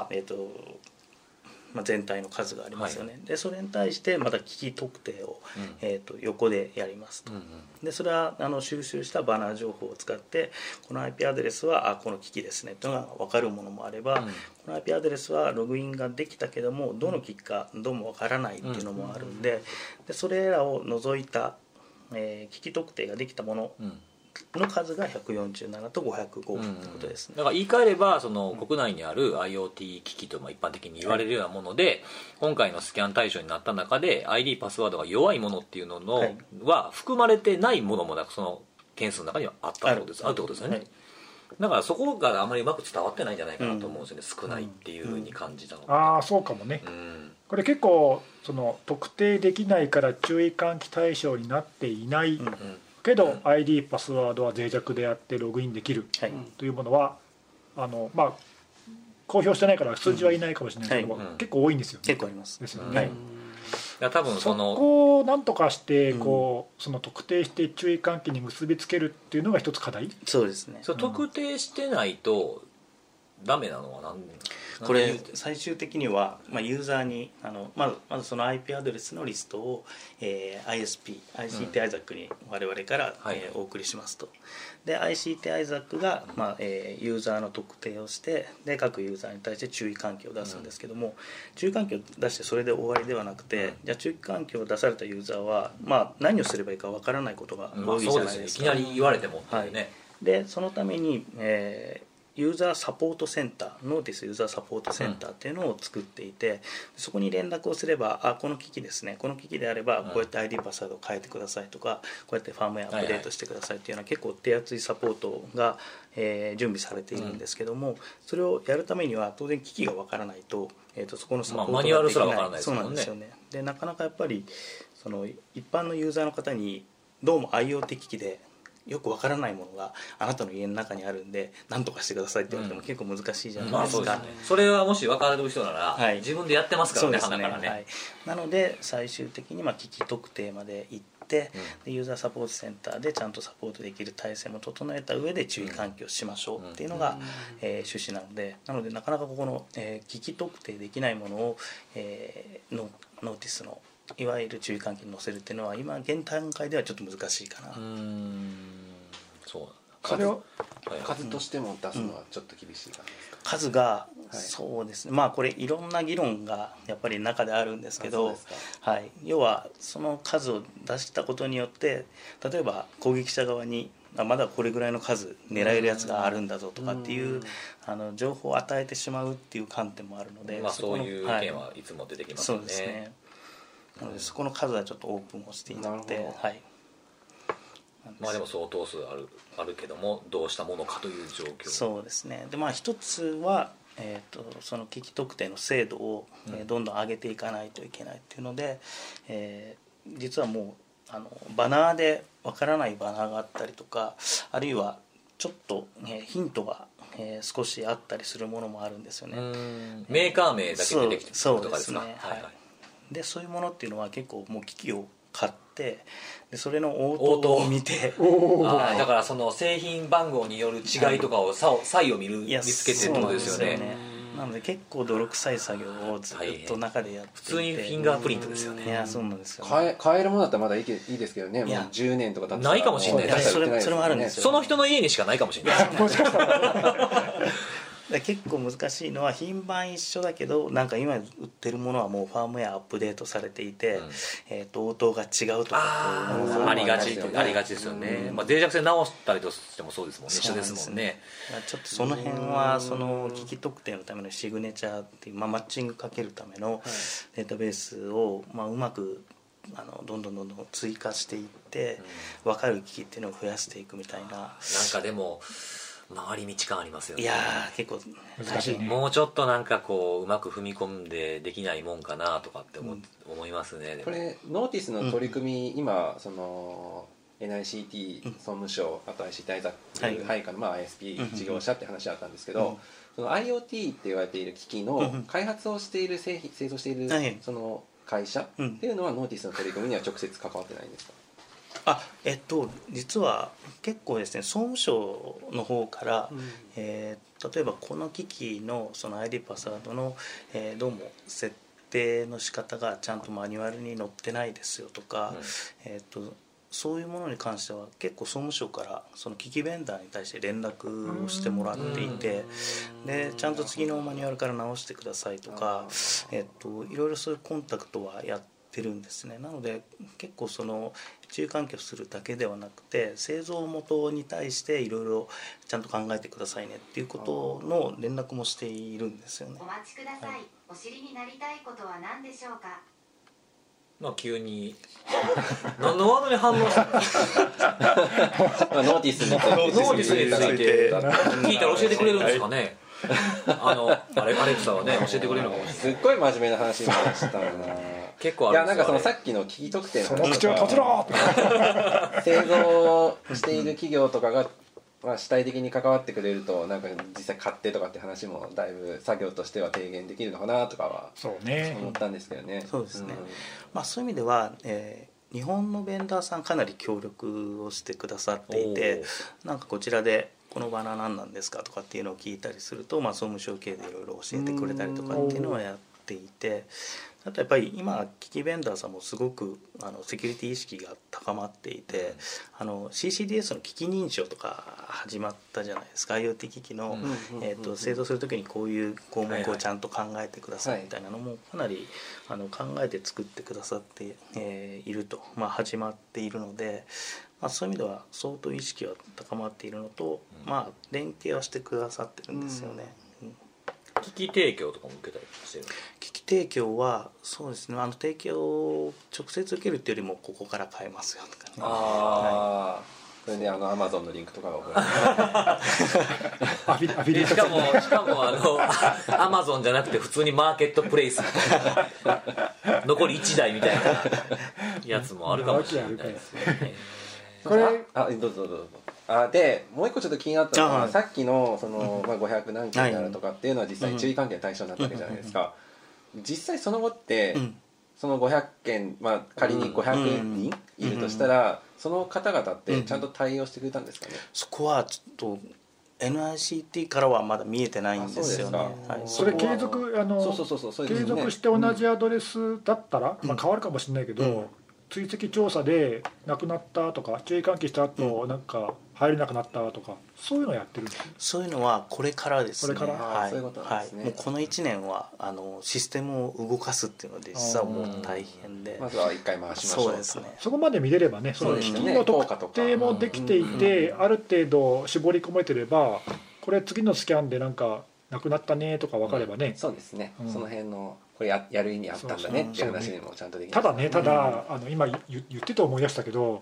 全体の数がありますよね、でそれに対してまた機器特定を、横でやりますと、でそれは収集したバナー情報を使ってこの IP アドレスはこの機器ですねというのが分かるものもあれば、この IP アドレスはログインができたけどもどの機器かどうも分からないっていうのもあるんで、それらを除いた、機器特定ができたものの数が147と505ということですね。 だから言い換えればその国内にある IoT 機器と一般的に言われるようなもので、今回のスキャン対象になった中で ID パスワードが弱いものっていうのは含まれてないものもその件数の中にはあったってことです。あるってことですよね。だからそこがあまりうまく伝わってないんじゃないかなと思うんですよね、少ないっていうふうに感じたので、 ああそうかもね、これ結構その特定できないから注意喚起対象になっていない、けど ID パスワードは脆弱であってログインできるというものは公表してないから数字はいないかもしれないけど、結構多いんですよね。 結構ありますですよね。 多分そこを何とかしてその特定して注意喚起に結びつけるっていうのが一つ課題。 そうですね。 特定してないとダメなのは何これ最終的には、ユーザーにまずその IP アドレスのリストを、ICT アイザックに我々から、お送りしますと。で ICT アイザックが、ユーザーの特定をしてで各ユーザーに対して注意喚起を出すんですけども、注意喚起を出してそれで終わりではなくて、じゃあ注意喚起を出されたユーザーは、何をすればいいかわからないことが多いじゃないですか。 いきなり言われてもっていうね。 でそのために、ユーザーサポートセンターノーティスユーザーサポートセンターっていうのを作っていて、そこに連絡をすればこの機器ですね、この機器であればこうやって ID パスワードを変えてくださいとか、こうやってファームウェアアップデートしてくださいっていうのは結構手厚いサポートが、準備されているんですけども、それをやるためには当然機器がわからないと、そこのサポートができない、 マニュアルすらわからないですそもんね。 うなんですよね。でなかなかやっぱりその一般のユーザーの方にどうも IoT 機器でよくわからないものがあなたの家の中にあるんで何とかしてくださいって言われても結構難しいじゃないですか。 それはもし分かる人なら、自分でやってますからね、鼻からね。 なので最終的に機器特定まで行って、でユーザーサポートセンターでちゃんとサポートできる体制も整えた上で注意喚起をしましょうっていうのが、趣旨なので、なかなかここの、機器特定できないものを、ノーティスのいわゆる注意喚起に載せるっていうのは今現段階ではちょっと難しいかな。 そうそれを数としても出すのはちょっと厳しいかなですか。 数が、そうですね、これいろんな議論がやっぱり中であるんですけど、要はその数を出したことによって例えば攻撃者側にまだこれぐらいの数狙えるやつがあるんだぞとかっていう情報を与えてしまうっていう観点もあるので、 そういう意見はいつも出てきますよね。 そうですね。なのでそこの数はちょっとオープンをしていなくて、 でも相当数あるけどもどうしたものかという状況。 そうですね。で一つは、その機器特定の精度を、どんどん上げていかないといけないっていうので、実はもうバナーでわからないバナーがあったりとか、あるいはちょっと、ヒントが少しあったりするものもあるんですよね。 メーカー名だけ出てきてるとかですか。 でそういうものっていうのは結構もう機器を買ってでそれの応答を見てだからその製品番号による違いとかを差異を見つけてってことですよね。 なので結構泥臭い作業をずっと中でやっていて、 普通にフィンガープリントですよね。 いやそうなんですよ、 買えるものだったらまだいいですけどね。もう10年とか経ってないかもしれない。 それもあるんですよ。 その人の家にしかないかもしれないもしかしたら結構難しいのは品番一緒だけどなんか今売ってるものはもうファームウェアアップデートされていて、応答が違うとかありがちですよね。脆弱性直したりとしてもそうですもんね。一緒ですもんね。 ちょっとその辺はその機器特定のためのシグネチャーっていう、マッチングかけるためのデータベースを、うまくどんどん追加していって、分かる機器っていうのを増やしていくみたいな。 なんかでも回り道感ありますよね。 いや結構難しいね。 もうちょっとなんかこううまく踏み込んでできないもんかなとかって思いますね。 これノーティスの取り組み、今その NICT 総務省、あと ICT アイザック、配下のISP 事業者って話だったんですけど、その IoT って言われている機器の開発をしている製造しているその会社っていうのはノーティスの取り組みには直接関わってないんですか？ 実は結構ですね、総務省の方から、例えばこの機器のその ID パスワードの、どうも設定の仕方がちゃんとマニュアルに載ってないですよとか、そういうものに関しては結構総務省からその機器ベンダーに対して連絡をしてもらっていて、でちゃんと次のマニュアルから直してくださいとか、いろいろそういうコンタクトはやってるんですね。なので結構その注意喚起をするだけではなくて、製造元に対していろいろちゃんと考えてくださいねっていうことの連絡もしているんですよね。 お待ちください、お知りになりたいことは何でしょうか？ 急に何のワードに反応したの？ ノーティスについて聞いたら教えてくれるんですかね。アレクサはね教えてくれるのかもしれない。 すっごい真面目な話になりましたな。 結構あるんですよ。 いやなんかそのさっきの機器特定のその口を閉じろ製造している企業とかが主体的に関わってくれると、なんか実際買ってとかって話もだいぶ作業としては低減できるのかなとかは思ったんですけどね。 そうですね、そういう意味では、日本のベンダーさんかなり協力をしてくださっていて、なんかこちらでこのバナー何なんですかとかっていうのを聞いたりすると、総務省系でいろいろ教えてくれたりとかっていうのはやっていて、あとやっぱり今機器ベンダーさんもすごくセキュリティ意識が高まっていて、CCDS の機器認証とか始まったじゃないですか。 IoT 機器の、製造するときにこういう項目をちゃんと考えてくださいみたいなのもかなり考えて作ってくださっていると、始まっているので、そういう意味では相当意識は高まっているのと、連携はしてくださってるんですよね。 機器提供とかも受けたりしてる？ 機器提供はそうですね、提供を直接受けるっていうよりもここから買えますよとかね。 それでAmazon のリンクとかが送られてしかもAmazon じゃなくて普通にマーケットプレイスみたいな残り1台みたいなやつもあるかもしれないですね。 これどうぞ。でもう一個ちょっと気になったのは、さっきのその500何件になるとかっていうのは実際注意喚起の対象になったわけじゃないですか。実際その後ってその500件、仮に500人いるとしたら、その方々ってちゃんと対応してくれたんですかね？ そこはちょっと NICT からはまだ見えてないんですよね。 それ継続継続して同じアドレスだったら、変わるかもしれないけど、追跡調査で亡くなったとか注意喚起した後なんか入れなくなったとか、そういうのをやってるんです。 そういうのはこれからですね。 これからそういうことなんですね。 もうこの1年はシステムを動かすっていうので実はもう大変で、 まずは一回回しましょう。 そうですね。 そこまで見れればね、その機器の特定もできていて、ある程度絞り込めてれば、これ次のスキャンでなんかなくなったねとか分かればね、 そうですね、その辺のこれやる意味あったんだねっていう話にもちゃんとできます。ただ今言ってて思い出したけど、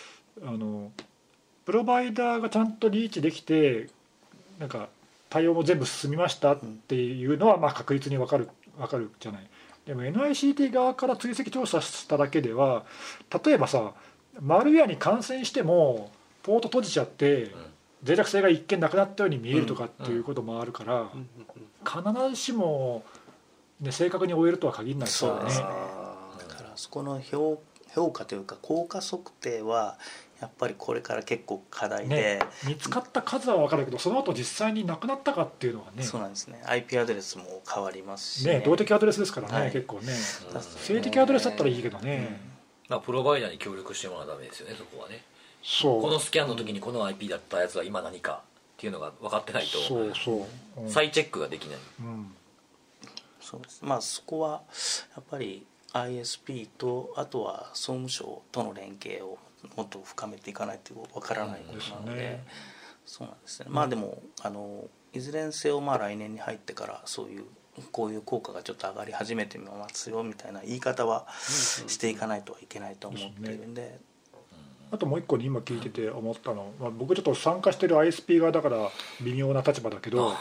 プロバイダーがちゃんとリーチできてなんか対応も全部進みましたっていうのは確実に分かるじゃない。でも NICT 側から追跡調査しただけでは、例えばさマルウェアに感染してもポート閉じちゃって脆弱性が一見なくなったように見えるとかっていうこともあるから、必ずしも、正確に追えるとは限らないですからね。 だからそこの評価というか効果測定はやっぱりこれから結構課題で、 見つかった数は分かるけど、その後実際になくなったかっていうのはね。 そうなんですね。 IP アドレスも変わりますしね。 動的アドレスですからね、結構ね。性的アドレスだったらいいけどね。 プロバイダーに協力してもらうためですよね、そこはね。 そう、 このスキャンの時にこの IP だったやつは今何かっていうのが分かってないと再チェックができない。 そうです。そこはやっぱり ISP とあとは総務省との連携をもっと深めていかないと分からないことなので、そうなんですね。でもいずれにせよ来年に入ってからこういう効果がちょっと上がり始めてますよみたいな言い方はしていかないとはいけないと思っているんで。 あともう一個に今聞いてて思ったの、僕ちょっと参加してる ISP 側だから微妙な立場だけど、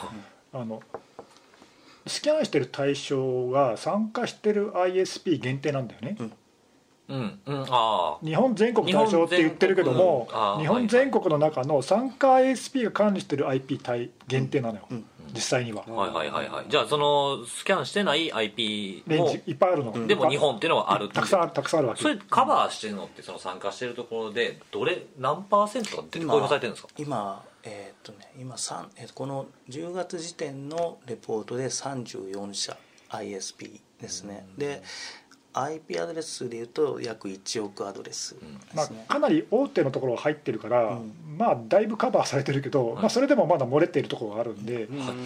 スキャンしてる対象が参加してる ISP 限定なんだよね。 日本全国対象って言ってるけども、日本全国の中の参加 ISP が管理してる IP 対限定なのよ、実際には。 じゃあそのスキャンしてない IP もレンジいっぱいあるの、 でも日本っていうのはあるっていう、 たくさんあるわけ。 それカバーしてるのってその参加してるところで何パーセントかって公表されてるんですか？ 今この10月時点のレポートで34社 ISP ですね。で IP アドレスでいうと約1億アドレスですね。 かなり大手のところが入ってるから、だいぶカバーされてるけど、それでもまだ漏れているところがあるんで、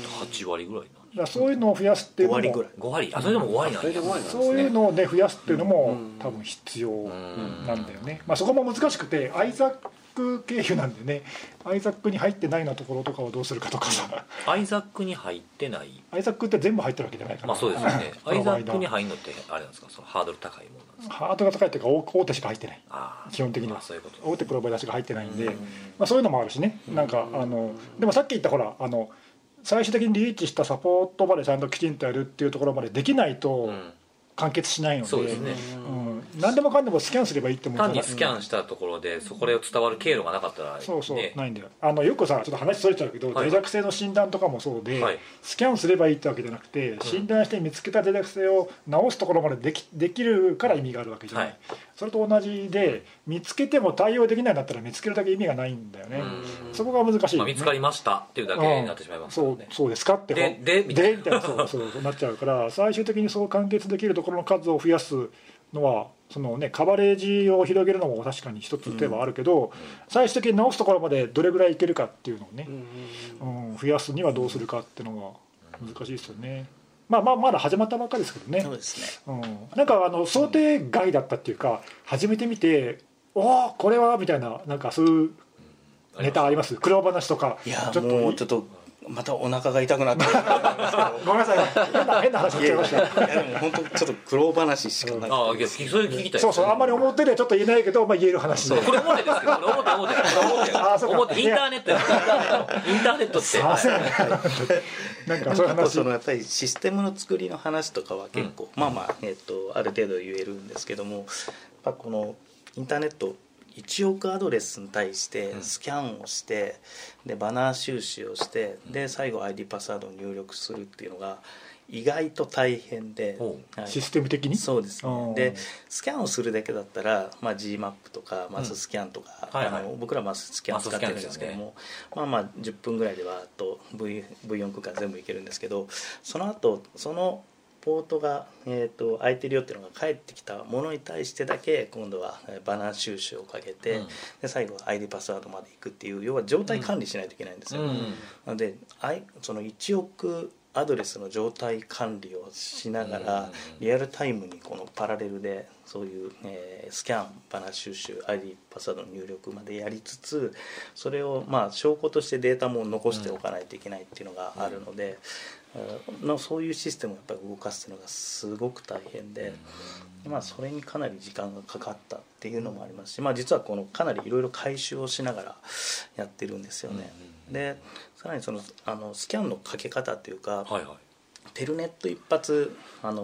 8割ぐらいだそういうのを増やすっていうのも 5割それでも5割なんだ。 そういうので増やすっていうのも多分必要なんだよね。そこも難しくてアイザック経由なんでね、アイザックに入ってないようなところとかをどうするかとかさ。 アイザックに入ってない、 アイザックって全部入ってるわけじゃないから、 そうですよね。アイザックに入るのってあれなんですか、そのハードル高いものなんですか？ ハードルが高いっていうか大手しか入ってない、基本的にはそういうこと。 大手プロバイダーしか入ってないんで、そういうのもあるしね。なんかでもさっき言ったほら最終的にリーチしたサポートまでちゃんときちんとやるっていうところまでできないと完結しないので、 そうですね。 何でもかんでもスキャンすればいいってもんじゃない。 単にスキャンしたところでそこで伝わる経路がなかったら、 ないんだよ。よくさ、ちょっと話それちゃうけど、脆弱性の診断とかもそうで、スキャンすればいいってわけじゃなくて、診断して見つけた脆弱性を直すところまでできるから意味があるわけじゃない。それと同じで、見つけても対応できないんだったら見つけるだけ意味がないんだよね。そこが難しい、 見つかりましたっていうだけになってしまいますからね。 そうですかってでみたいなそうなっちゃうから、最終的にそう完結できるところの数を増やすのはカバレージを広げるのも確かに一つ手はあるけど、最終的に直すところまでどれぐらいいけるかっていうのをね、増やすにはどうするかっていうのが難しいですよね。まだ始まったばっかりですけどね。 そうですね。 なんか想定外だったっていうか、始めてみておおこれはみたいな、なんかそういうネタあります？苦労話とか。 いやもうちょっとまたお腹が痛くなってごめんなさい、変な話しちゃいました。 いやでも本当ちょっと苦労話しかなくて、 それ聞きたい。 そうあんまり表ではちょっと言えないけど、言える話で。 これ表ですけど、表インターネットインターネットってなんかそういう話、 やっぱりシステムの作りの話とかは結構、ある程度言えるんですけども、このインターネット1億アドレスに対してスキャンをして、でバナー収集をして、で最後 ID パスワードを入力するっていうのが意外と大変で、 システム的にそうですね。でスキャンをするだけだったら、GMAP とかマススキャンとか、僕らマススキャン使ってるんですけども、10分ぐらいでわーっと V4 空間全部いけるんですけど、その後そのポートが、空いてるよっていうのが返ってきたものに対してだけ今度はバナー収集をかけて、で最後 ID パスワードまでいくっていう、要は状態管理しないといけないんですよ。なのでその1億アドレスの状態管理をしながら、リアルタイムにこのパラレルでそういう、スキャンバナー収集 ID パスワードの入力までやりつつ、それを証拠としてデータも残しておかないといけないっていうのがあるので、そういうシステムをやっぱり動かすのがすごく大変で、それにかなり時間がかかったっていうのもありますし、実はこのかなりいろいろ回収をしながらやってるんですよね。でさらにスキャンのかけ方というか、テルネット一発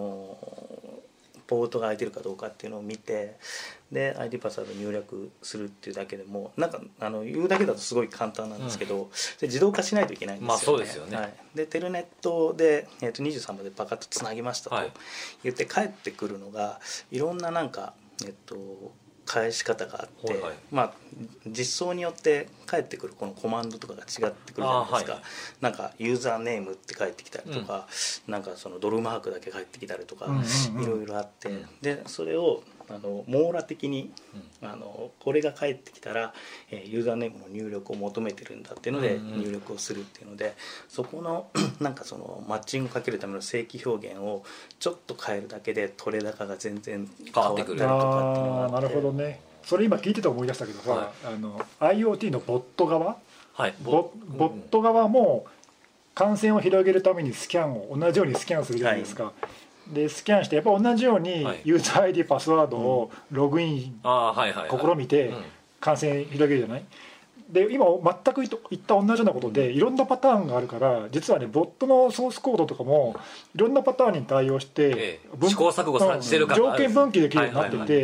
ポートが空いてるかどうかっていうのを見て、で ID パスワード入力するっていうだけでも言うだけだとすごい簡単なんですけど、自動化しないといけないんですよね。 そうですよね。 でテルネットで、23までパカッとつなぎましたと言って帰ってくるのがいろんな返し方があって、実装によって返ってくるこのコマンドとかが違ってくるじゃないですか。なんかユーザーネームって返ってきたりとか、なんかそのドルマークだけ返ってきたりとか、いろいろあって、でそれを網羅的に、これが返ってきたらユーザーネームの入力を求めてるんだっていうので入力をするっていうので、そこのマッチングをかけるための正規表現をちょっと変えるだけで取れ高が全然変わったりとかっていうのがあって。 なるほどね。それ今聞いてて思い出したけどさ、IoT のボット側、ボット側も感染を広げるためにスキャンを同じようにスキャンするじゃないですか。でスキャンしてやっぱ同じようにユーザー ID パスワードをログイン試みて感染広げるじゃない。で今全く言った同じようなことでいろんなパターンがあるから、実はねボットのソースコードとかもいろんなパターンに対応して試行錯誤してるから条件分岐できるようになってて、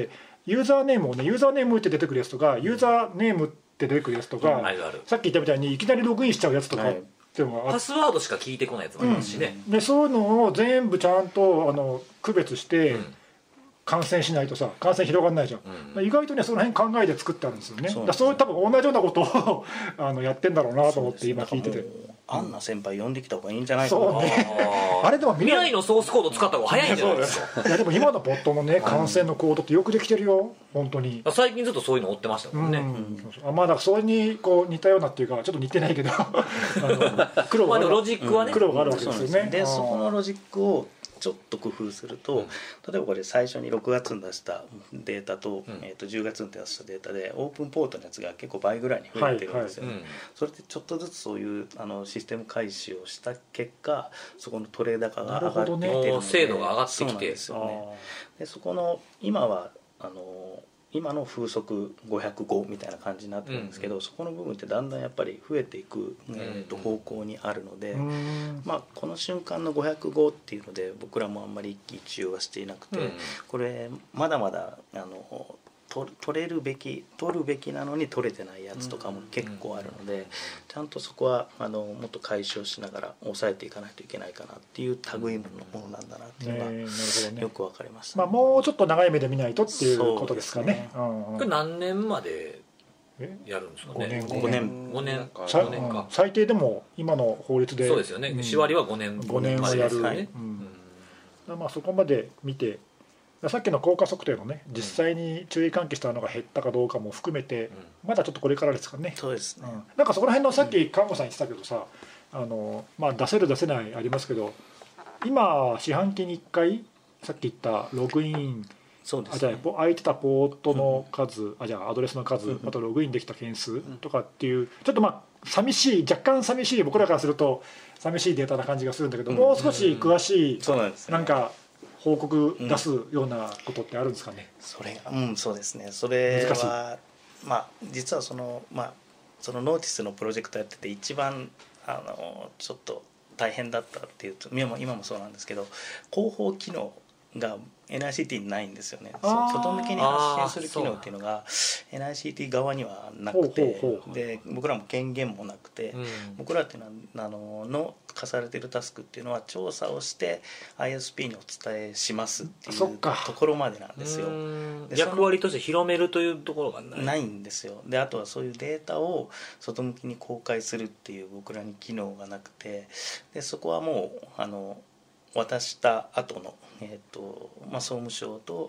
ユーザーネームをねユーザーネームって出てくるやつとかユーザーネームって出てくるやつとか、さっき言ったみたいにいきなりログインしちゃうやつとかっていうのがパスワードしか聞いてこないやつもありますしね、 でそういうのを全部ちゃんと区別して、感染しないとさ感染広がらないじゃん、意外とねその辺考えて作ってあるんですよね。そういう多分同じようなことをやってんだろうなと思って今聞いてて、 アンナ先輩呼んできた方がいいんじゃないかな。 そうねあれでも未来のソースコード使った方が早いんじゃないですか。 いやでも今のボットのね感染のコードってよくできてるよ本当に。 最近ずっとそういうの追ってましたもんね、 まあだからそれにこう似たようなっていうかちょっと似てないけど苦労がある、ロジックはね苦労があるわけですよね。 でそこのロジックをちょっと工夫すると、例えばこれ最初に6月に出したデータと、10月に出したデータでオープンポートのやつが結構倍ぐらいに増えてるんですよね、それでちょっとずつそういうシステム開始をした結果そこのトレー高が上がってきてるので、 精度が上がってきて、 そうなんですよね。でそこの今は今の風速505みたいな感じになってるんですけど、そこの部分ってだんだんやっぱり増えていく、方向にあるので、まあ、この瞬間の505っていうので僕らもあんまり一喜一憂はしていなくて、これまだまだ取るべきなのに取れてないやつとかも結構あるので、ちゃんとそこはもっと解消しながら抑えていかないといけないかなっていう類のものなんだなっていうのがよく分かりました、 まあ、もうちょっと長い目で見ないとっていうことですかね。 これ何年までやるんですかね。5年か。 最低でも今の法律でそうですよね、締まりは5年はやる、まあそこまで見て、さっきの効果測定のね実際に注意喚起したのが減ったかどうかも含めて、まだちょっとこれからですかね。 そうですね、 なんかそこら辺のさっき看護さん言ってたけどさ、まあ、出せる出せないありますけど、今四半期に1回さっき言ったログイン、 そうですね、 じゃあ空いてたポートの数、じゃあアドレスの数、あとログインできた件数とかっていうちょっとまあ若干寂しい、僕らからすると寂しいデータな感じがするんだけど、もう少し詳しいなんか報告出すようなことってあるんですかね。 それがそうですね、それはまあ実はそのノーティスのプロジェクトやってて一番ちょっと大変だったっていうと今もそうなんですけど、広報機能が NICT にないんですよね。外向けに発信する機能っていうのが NICT 側にはなくて、で僕らも権限もなくて、僕らっていうのは課されているタスクっていうのは調査をして ISP にお伝えしますっていうところまでなんですよ。 で役割として広めるというところがないんですよ。であとはそういうデータを外向きに公開するっていう僕らに機能がなくて、でそこはもう渡した後の総務省と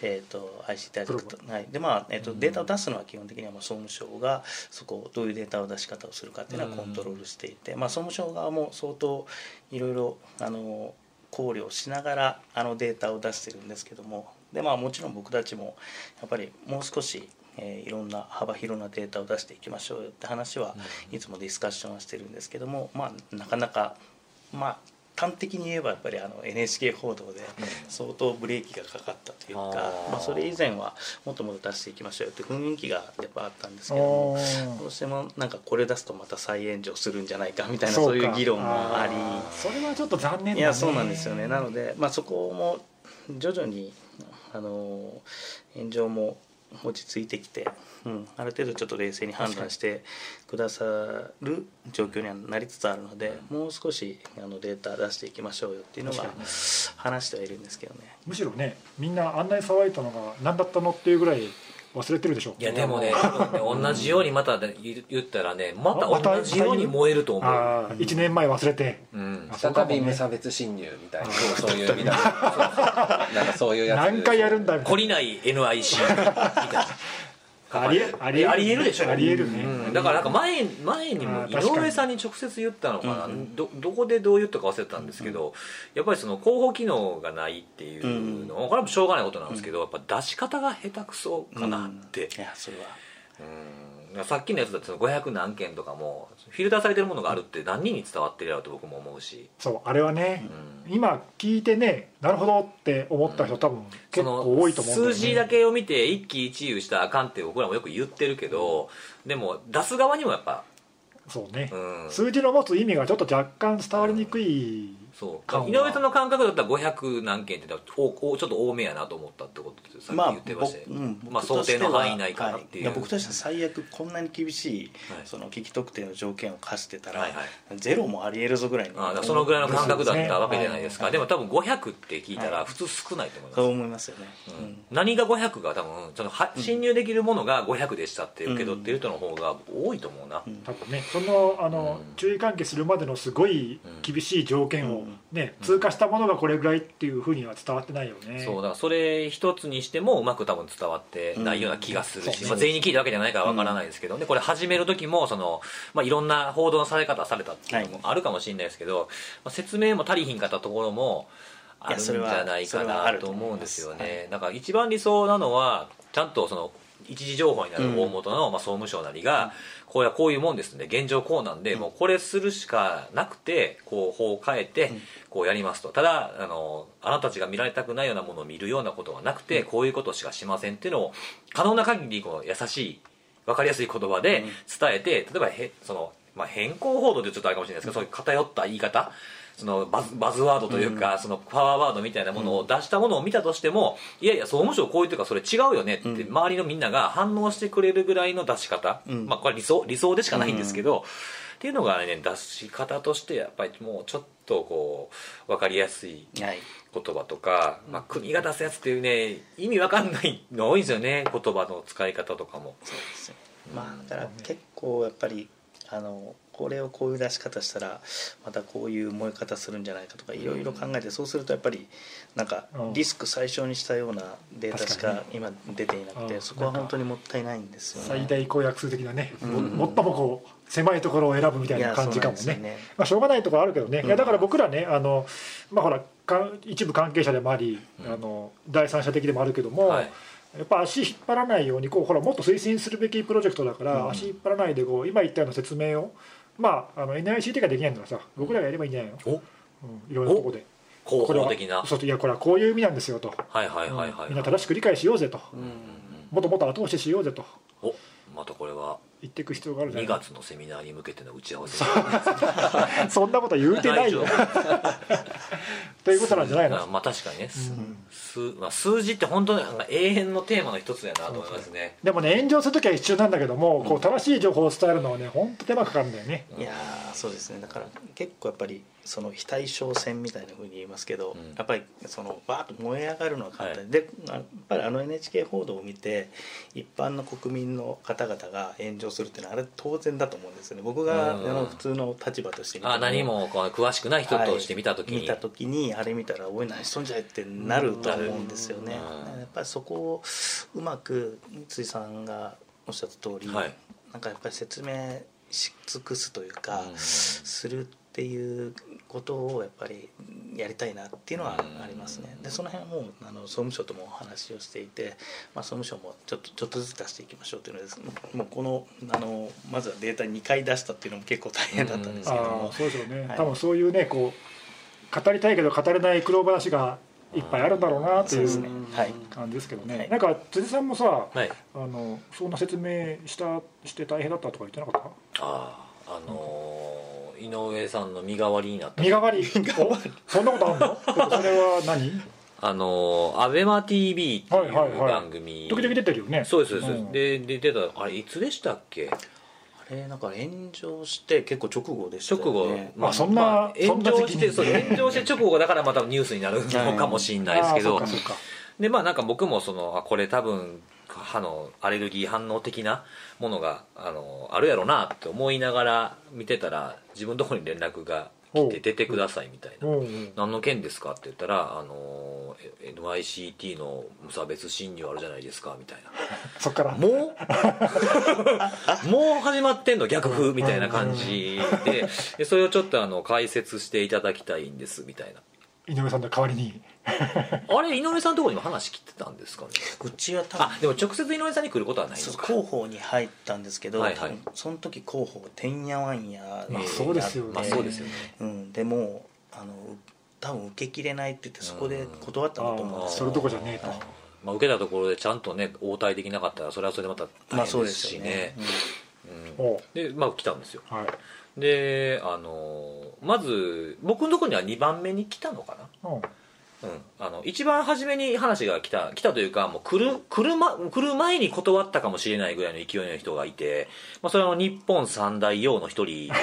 ICT アジェクト、でデータを出すのは基本的には総務省がそこをどういうデータを出し方をするかっていうのはコントロールしていて、総務省側も相当いろいろ考慮しながらデータを出してるんですけども、でもちろん僕たちもやっぱりもう少しいろんな幅広なデータを出していきましょうよって話はいつもディスカッションはしてるんですけども、なかなか端的に言えばやっぱりNHK 報道で相当ブレーキがかかったというか、それ以前はもっともっと出していきましょうよって雰囲気がやっぱあったんですけども、どうしてもなんかこれ出すとまた再炎上するんじゃないかみたいなそういう議論もあり、 それはちょっと残念だね。 いやそうなんですよね。なのでそこも徐々に炎上も落ち着いてきて、ある程度ちょっと冷静に判断してくださる状況にはなりつつあるので、もう少しデータ出していきましょうよっていうのが話してはいるんですけどね。 むしろね、みんなあんなに騒いだのが何だったのっていうぐらい忘れてるでしょ。 いやでもね同じようにまた言ったらね、また同じように燃えると思う。 1年前忘れて、 再び無差別侵入みたいな、そういう意味だなんかそういうやつ何回やるんだみたいな、 懲りない NIC みたいなありえるでしょ。 ありえるね、 だからなんか前にも井上さんに直接言ったのかな、どこでどう言ったか忘れたんですけど、やっぱりその広報機能がないっていうの、これはしょうがないことなんですけど、やっぱ出し方が下手くそかなって、 いやそれはさっきのやつだって500何件とかもフィルターされてるものがあるって何人に伝わってるやろと僕も思うし、 そうあれはね、今聞いてね、なるほどって思った人多分結構多いと思うんだよね。 数字だけを見て一喜一憂したらあかんって僕らもよく言ってるけど、でも出す側にもやっぱそうね、数字の持つ意味がちょっと若干伝わりにくいそう井上さんの感覚だったら500何件ってちょっと多めやなと思ったってことですさっき言ってましたよ、想定の範囲内かなっていう、 僕としては最悪こんなに厳しい、その危機特定の条件を課してたら、ゼロもありえるぞぐらいにそのぐらいの感覚だったわけじゃないですか。でも多分500って聞いたら普通少ないと思います。 そう思いますよね。 何が500が多分その侵入できるものが500でしたって受け取ってる人の方が多いと思うな。 多分ね、その注意喚起するまでのすごい厳しい条件をね通過したものがこれぐらいっていうふうには伝わってないよね。 そうだからそれ一つにしてもうまく多分伝わってないような気がするし、全員に聞いたわけじゃないからわからないですけど、でこれ始める時もいろんな報道のされ方されたっていうのもあるかもしれないですけど、説明も足りひんかったところもあるんじゃないかなと思うんですよね。だから一番理想なのはちゃんと一時情報になる大元の総務省なりが、こういうもんですね、現状こうなんで、もうこれするしかなくて法を変えてこうやりますと。ただあなたたちが見られたくないようなものを見るようなことはなくて、こういうことしかしませんっていうのを可能な限り優しい分かりやすい言葉で伝えて、例えば変更報道でちょっとあれかもしれないですけど、そういう偏った言い方、バズワードというか、パワーワードみたいなものを出したものを見たとしても、いやいや総務省こういうというかそれ違うよねって周りのみんなが反応してくれるぐらいの出し方、これ理想でしかないんですけど、っていうのがね、出し方としてやっぱりもうちょっと分かりやすい言葉とか、国が出すやつっていうね意味分かんないの多いんですよね、言葉の使い方とかも。 そうですよ、だから結構やっぱりこれをこういう出し方したらまたこういう燃え方するんじゃないかとかいろいろ考えて、そうするとやっぱりなんかリスク最小にしたようなデータしか今出ていなくて、そこは本当にもったいないんですよね。 最大公約数的なね、最も狭いところを選ぶみたいな感じかもね。しょうがないところあるけどね。いやだから僕らねほら一部関係者でもあり第三者的でもあるけども、やっぱ足引っ張らないようにほらもっと推進するべきプロジェクトだから、足引っ張らないで今言ったような説明をNICT ができないんだからさ、僕らがやればいいんじゃないの。いろんなところで広報的な、 いやこれはこういう意味なんですよと、みんな正しく理解しようぜと、もっともっと後押ししようぜと。 またこれは言っていく必要があるじゃない。 2月のセミナーに向けての打ち合わせそんなこと言うてないよということなんじゃないの。 確かにね、数字って本当に永遠のテーマの一つやなと思いますね。 でもね、炎上するときは一瞬なんだけども、正しい情報を伝えるのはね本当手間かかるんだよね。 いやそうですね。だから結構やっぱり非対称戦みたいな風に言いますけど、やっぱりバーッと燃え上がるのは簡単で、やっぱりNHK 報道を見て一般の国民の方々が炎上するっていうのはあれ当然だと思うんですよね。僕が普通の立場として見ても何も詳しくない人として見た時に、あれ見たらおい何しとんじゃいってなると思うんですよね。やっぱりそこをうまく三井さんがおっしゃった通り、なんかやっぱり説明し尽くすというか、するっていうことをやっぱりやりたいなっていうのはありますね。でその辺も総務省ともお話をしていて、総務省もちょっとずつ出していきましょうというのです。もうまずはデータ2回出したっていうのも結構大変だったんですけども、 そうですよね、多分そういうね語りたいけど語れない苦労話がいっぱいあるんだろうなっていう感じですけどね。なんか辻さんもさ、そんな説明して大変だったとか言ってなかった？ 井上さんの身代わりになった。 身代わりそんなことあるの？それは何？ アベマ TV っていう番組、 時々出てるよね。 そうですそうです。で出たあれいつでしたっけ？ なんか炎上して結構直後でしたよね。 そんな炎上して直後だからまたニュースになるのかもしれないですけど、でなんか僕もこれ多分歯のアレルギー反応的なものがあるやろなって思いながら見てたら、自分のところに連絡が来て出てくださいみたいな、何の件ですかって言ったらNICT の無差別侵入あるじゃないですかみたいなそっからもう始まってんの逆風みたいな感じで、それをちょっと解説していただきたいんですみたいな。 井上さんの代わりにあれ井上さんのところにも話来てたんですかね。 うちは多分でも直接井上さんに来ることはないのか。 広報に入ったんですけど、その時広報てんやわんやそうですよね。 そうですよね。 でも多分受けきれないって言ってそこで断ったんだと思うんですよ。 それどこじゃねえと。 受けたところでちゃんとね応対できなかったらそれはそれでまた大変ですしね。で来たんですよ。 でまず僕のところには2番目に来たのかな、一番初めに話が来たというかもう来る前に断ったかもしれないぐらいの勢いの人がいて、それは日本三大洋の一人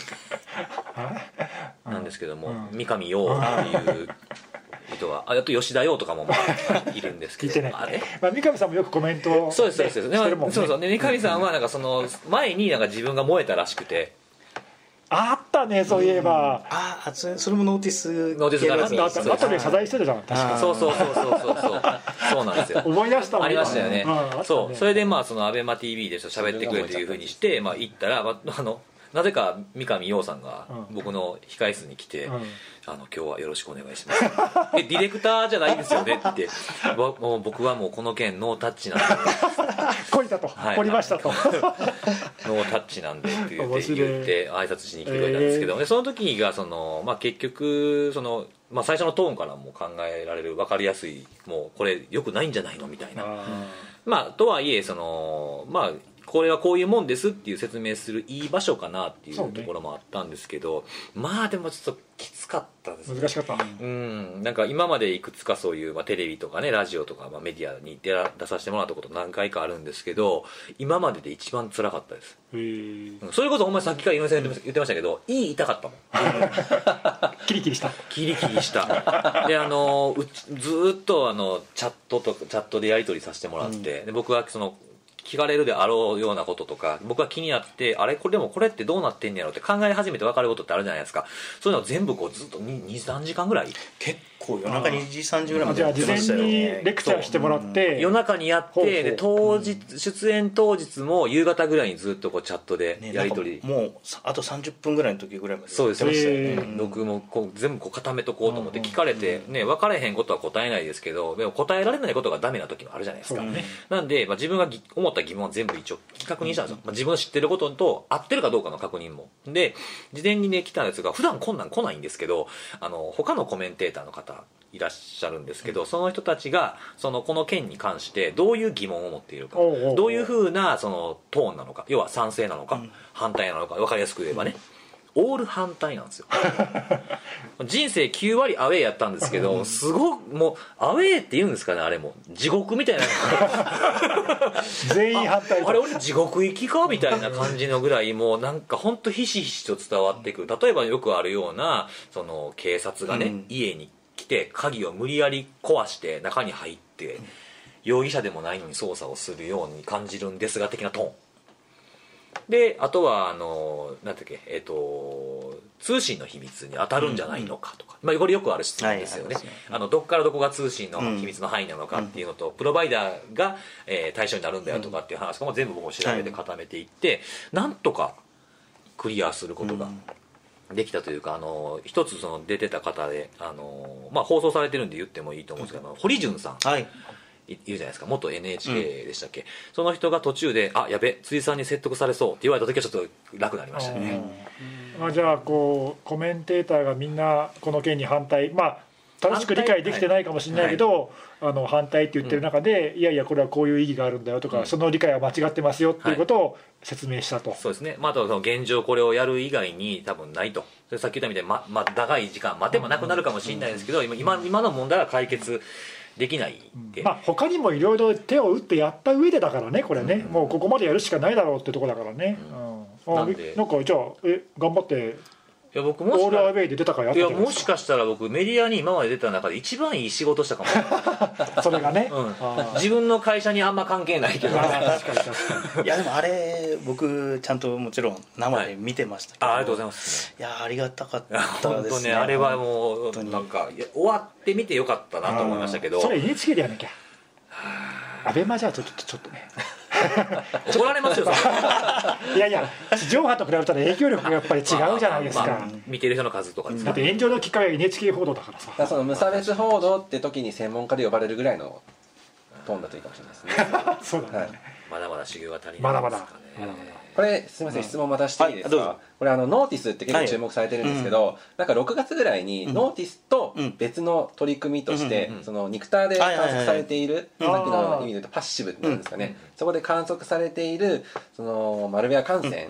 なんですけども、三上洋っていう人はあと吉田洋とかもいるんですけど聞いてない、三上さんもよくコメントをそうですそう三上さんはなんかその前になんか自分が燃えたらしくて、 あったねそういえば、 それもノーティスから後で謝罪してたじゃん確か。 そうなんですよ思い出したありましたよね。そうそれでそのアベマ TV で喋ってくれというふうにして行ったらなぜか三上洋さんが僕の控え室に来て、今日はよろしくお願いしますディレクターじゃないんですよねってもう僕はもうこの件ノータッチなんで懲りたと、懲りましたとノータッチなんでって言って挨拶しに来てくれたんですけど、その時が結局最初のトーンからも考えられる分かりやすいもうこれ良くないんじゃないのみたいな、とはいえこれはこういうもんですっていう説明するいい場所かなっていうところもあったんですけど、でもちょっときつかったですね。 難しかった。 なんか今までいくつかそういう、テレビとかねラジオとか、メディアに出させてもらったこと何回かあるんですけど、今までで一番辛かったです。それこそお前さっきから井上さん言ってましたけど、痛かったもんキリキリしたでずっとチャットでやり取りさせてもらって、で僕は聞かれるであろうようなこととか僕は気になってでもこれってどうなってんねやろって考え始めて分かることってあるじゃないですか。そういうのを全部ずっと 2,3 時間ぐらい結構夜中2時3時ぐらいまでやってましたよ。じゃあ事前にレクチャーしてもらって夜中にやってで出演当日も夕方ぐらいにずっとチャットでやり取り、 もうあと30分ぐらいの時ぐらいまでそうです僕も全部固めとこうと思って聞かれて、分かれへんことは答えないですけどでも答えられないことがダメな時もあるじゃないですか。なんで、自分が思った疑問は全部一応確認したんですよ。自分の知ってることと合ってるかどうかの確認もで事前にね来たやつが普段こんなん来ないんですけど他のコメンテーターの方いらっしゃるんですけど、その人たちがこの件に関してどういう疑問を持っているか、どういうふうなトーンなのか、要は賛成なのか、反対なのか、分かりやすく言えばね、オール反対なんですよ人生9割アウェーやったんですけど、すごくもうアウェーって言うんですかね、あれも地獄みたいな全員反対あれ俺地獄行きかみたいな感じのぐらい、もうなんか本当ひしひしと伝わってくる。例えばよくあるような警察がね、家に来て鍵を無理やり壊して中に入って容疑者でもないのに捜査をするように感じるんですが的なトーンで、あとはなんだっけ、通信の秘密に当たるんじゃないのかとか、これよくある質問ですよね。どこからどこが通信の秘密の範囲なのかっていうのと、プロバイダーが、対象になるんだよとかっていう話とかも全部僕も調べて固めていって、なんとかクリアすることができたというか、一つ出てた方で放送されてるんで言ってもいいと思うんですけど、堀潤さん、いるじゃないですか、元 NHK でしたっけ、その人が途中でやべ辻さんに説得されそうって言われた時はちょっと楽になりましたね。 じゃあコメンテーターがみんなこの件に反対、正しく理解できてないかもしれないけど、反対って言ってる中で、いやいやこれはこういう意義があるんだよとか、その理解は間違ってますよっていうことを説明したと。 そうですね。あと現状これをやる以外に多分ないと。さっき言ったみたいに長い時間待てばなくなるかもしれないですけど、今の問題は解決できないで、 他にもいろいろ手を打ってやった上でだからね、これね、もうここまでやるしかないだろうってとこだからね。なんかじゃあ頑張っていや僕オールアウェイで出たからやったじゃないですか。 もしかしたら僕メディアに今まで出た中で一番いい仕事したかもそれがね、 自分の会社にあんま関係ないけど、 確かに確かに。 いやでもあれ僕ちゃんともちろん生で見てましたけど、 ありがとうございます、 いやありがたかったですね。 本当ね、あれはもうなんか終わってみてよかったなと思いましたけど、 それ NHK でやんなきゃ。アベマじゃちょっとね怒られますよいやいや、地上波と比べたら影響力がやっぱり違うじゃないですか。 見てる人の数とかですか。 だって炎上のきっかけは NHK 報道だからさ。 その無差別報道って時に専門家で呼ばれるぐらいのトーンだといいかもしれないですねそうだね、 まだまだ修行が足りないですかね。 まだまだこれすみません、質問またしていいですか。これノーティスって結構注目されてるんですけど、なんか6月ぐらいにノーティスと別の取り組みとして、そのニクターで観測されている、さっきの意味で言うとパッシブなんですかね、そこで観測されているそのマルウェア感染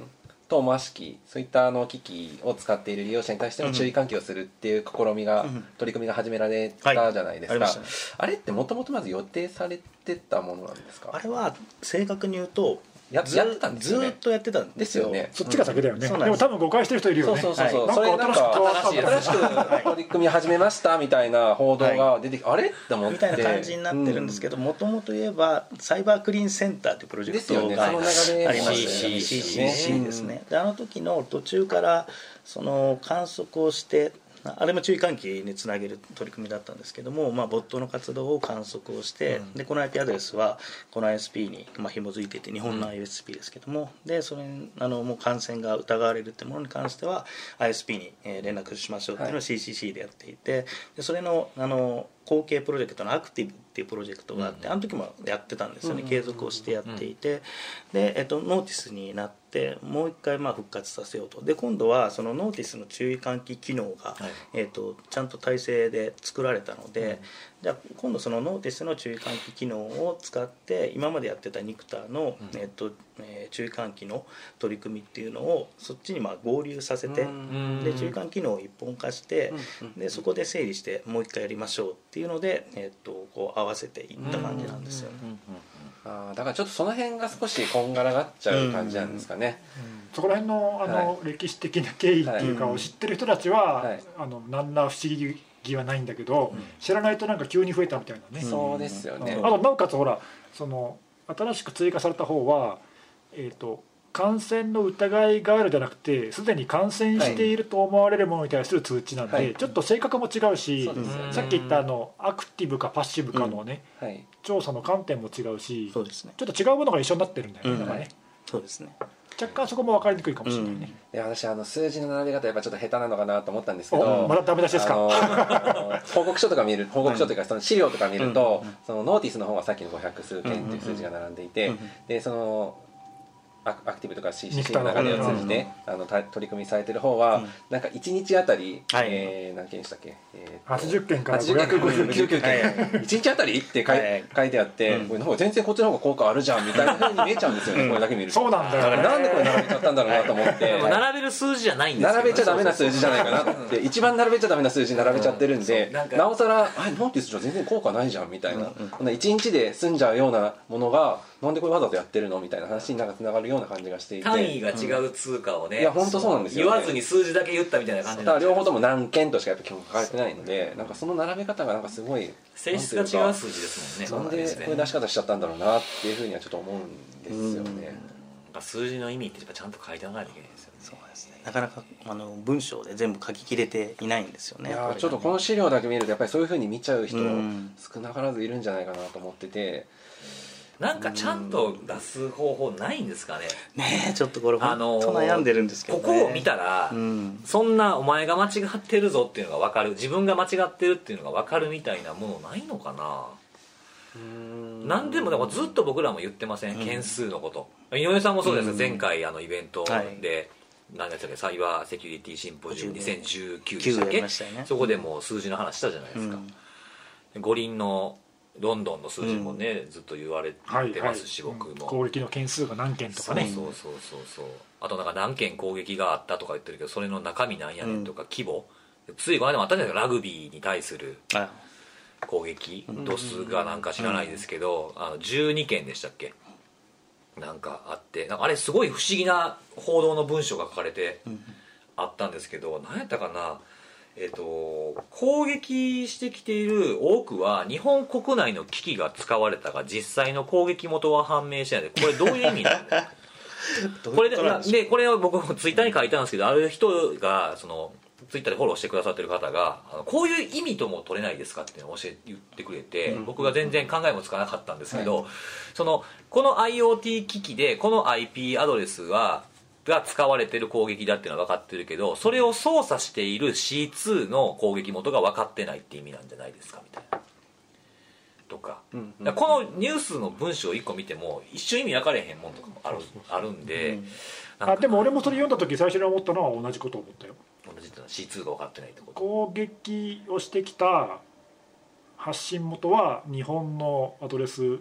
と思わしきそういった機器を使っている利用者に対しての注意喚起をするっていう試みが、取り組みが始められたじゃないですか、あれってもともとまず予定されてたものなんですか？ あれは正確に言うとやってたんですよね。 ずっとやってたんですよね。 そっちが先だよね。でも多分誤解してる人いるよね。 そうそれなんか新しく取り組み始めましたみたいな報道が出てきて、あれって思ってみたいな感じになってるんですけど、もともと言えばサイバークリーンセンターというプロジェクトがありまして CCC ですね。で時の途中からその観測をしてあれも注意喚起につなげる取り組みだったんですけども、ボットの活動を観測をして、でこの IP アドレスはこの ISP に紐づいていて日本の ISP ですけども、でそれにもう感染が疑われるってものに関しては ISP に連絡しましょうっていうのを CCC でやっていて、でそれの後継プロジェクトのアクティブっていうプロジェクトがあって、あの時もやってたんですよね。継続をしてやっていて、で、ノーティスになってもう一回復活させようと。で今度はそのノーティスの注意喚起機能が、ちゃんと体制で作られたので、じゃあ今度そのノーティスの注意喚起機能を使って今までやってたニクターの、注意喚起の取り組みっていうのをそっちに合流させて、で注意喚起機能を一本化して、でそこで整理してもう一回やりましょうっていうので、こう合わせていった感じなんですよね。 だからちょっとその辺が少しこんがらがっちゃう感じなんですかね。 そこら辺の歴史的な経緯っていうかを知ってる人たちは何ら不思議はないんだけど、知らないとなんか急に増えたみたいなね。 そうですよね。 あとなおかつほらその新しく追加された方は感染の疑いがあるじゃなくてすでに感染していると思われるものに対する通知なんで、ちょっと性格も違うし、さっき言ったアクティブかパッシブかのね、調査の観点も違うし、ちょっと違うものが一緒になってるんだよね。だからね。そうですね。若干そこも分かりにくいかもしれないね。 私数字の並べ方やっぱちょっと下手なのかなと思ったんですけど、 まだダメ出しですか？ 報告書とか見る報告書というかその資料とか見ると、そのノーティスの方はさっきの500数件という数字が並んでいて、でそのアクティブとか CCC の中でを通じて取り組みされてる方はなんか1日あたり何件でしたっけ、 80件から559件 1日あたりって書いてあって、これなんか全然こっちの方が効果あるじゃんみたいな風に見えちゃうんですよね。これだけ見ると。 そうなんだよ。 なんでこれ並べちゃったんだろうなと思って並べる数字じゃないんですよ。 並べちゃダメな数字じゃないかなって一番並べちゃダメな数字並べちゃってるんで、なおさらノーティスじゃ全然効果ないじゃんみたいな、1日で済んじゃうようなものがなんでこれわざとやってるのみたいな話になんかつながるような感じがしていて、 単位が違う通貨をね、 いや本当そうなんですよ、 言わずに数字だけ言ったみたいな感じだから両方とも何件としかやっぱ基本書かれてないので、なんかその並べ方がなんかすごい性質が違う数字ですもんね。 なんでこういう出し方しちゃったんだろうなっていうふうにはちょっと思うんですよね。 数字の意味ってやっぱちゃんと書いておかないといけないですよね。 そうですね。なかなか文章で全部書ききれていないんですよね。 いやちょっとこの資料だけ見るとやっぱりそういうふうに見ちゃう人少なからずいるんじゃないかなと思ってて、 なんかちゃんと出す方法ないんですかね。 ねえちょっとこれ本当悩んでるんですけどね。 ここを見たら、そんなお前が間違ってるぞっていうのが分かる、自分が間違ってるっていうのが分かるみたいなものないのかな。何でもでもずっと僕らも言ってません、件数のこと。井上さんもそうですよ、前回イベントで、何でしたっけ、サイバーセキュリティシンポジウム2019でしたっけ、そこでも数字の話したじゃないですか。五輪のロンドンの数字もね、ずっと言われてますし、僕も攻撃の件数が何件とかね。 そうあとなんか何件攻撃があったとか言ってるけど、それの中身なんやねんとか、規模、ついこの間もあったじゃないですか、ラグビーに対する攻撃度数がなんか知らないですけど、12件でしたっけ、なんかあって、なんかあれすごい不思議な報道の文章が書かれてあったんですけど、何やったかな、攻撃してきている多くは日本国内の機器が使われたが実際の攻撃元は判明してないで、これどういう意味なんだこれでこれを僕もツイッターに書いたんですけど、ある人がそのツイッターでフォローしてくださってる方がこういう意味とも取れないですかっていうのを言ってくれて、僕が全然考えもつかなかったんですけど、この IoT 機器でこの IP アドレスが使われている攻撃だっていうのは分かってるけど、それを操作している C2 の攻撃元が分かってないって意味なんじゃないですかみたいなとか、このニュースの文章を1個見ても一瞬意味分かれへんもんとかもあるんで、 でも俺もそれ読んだ時最初に思ったのは同じことを思ったよ。 同じってのは C2 が分かってないってこと。 攻撃をしてきた発信元は日本のアドレス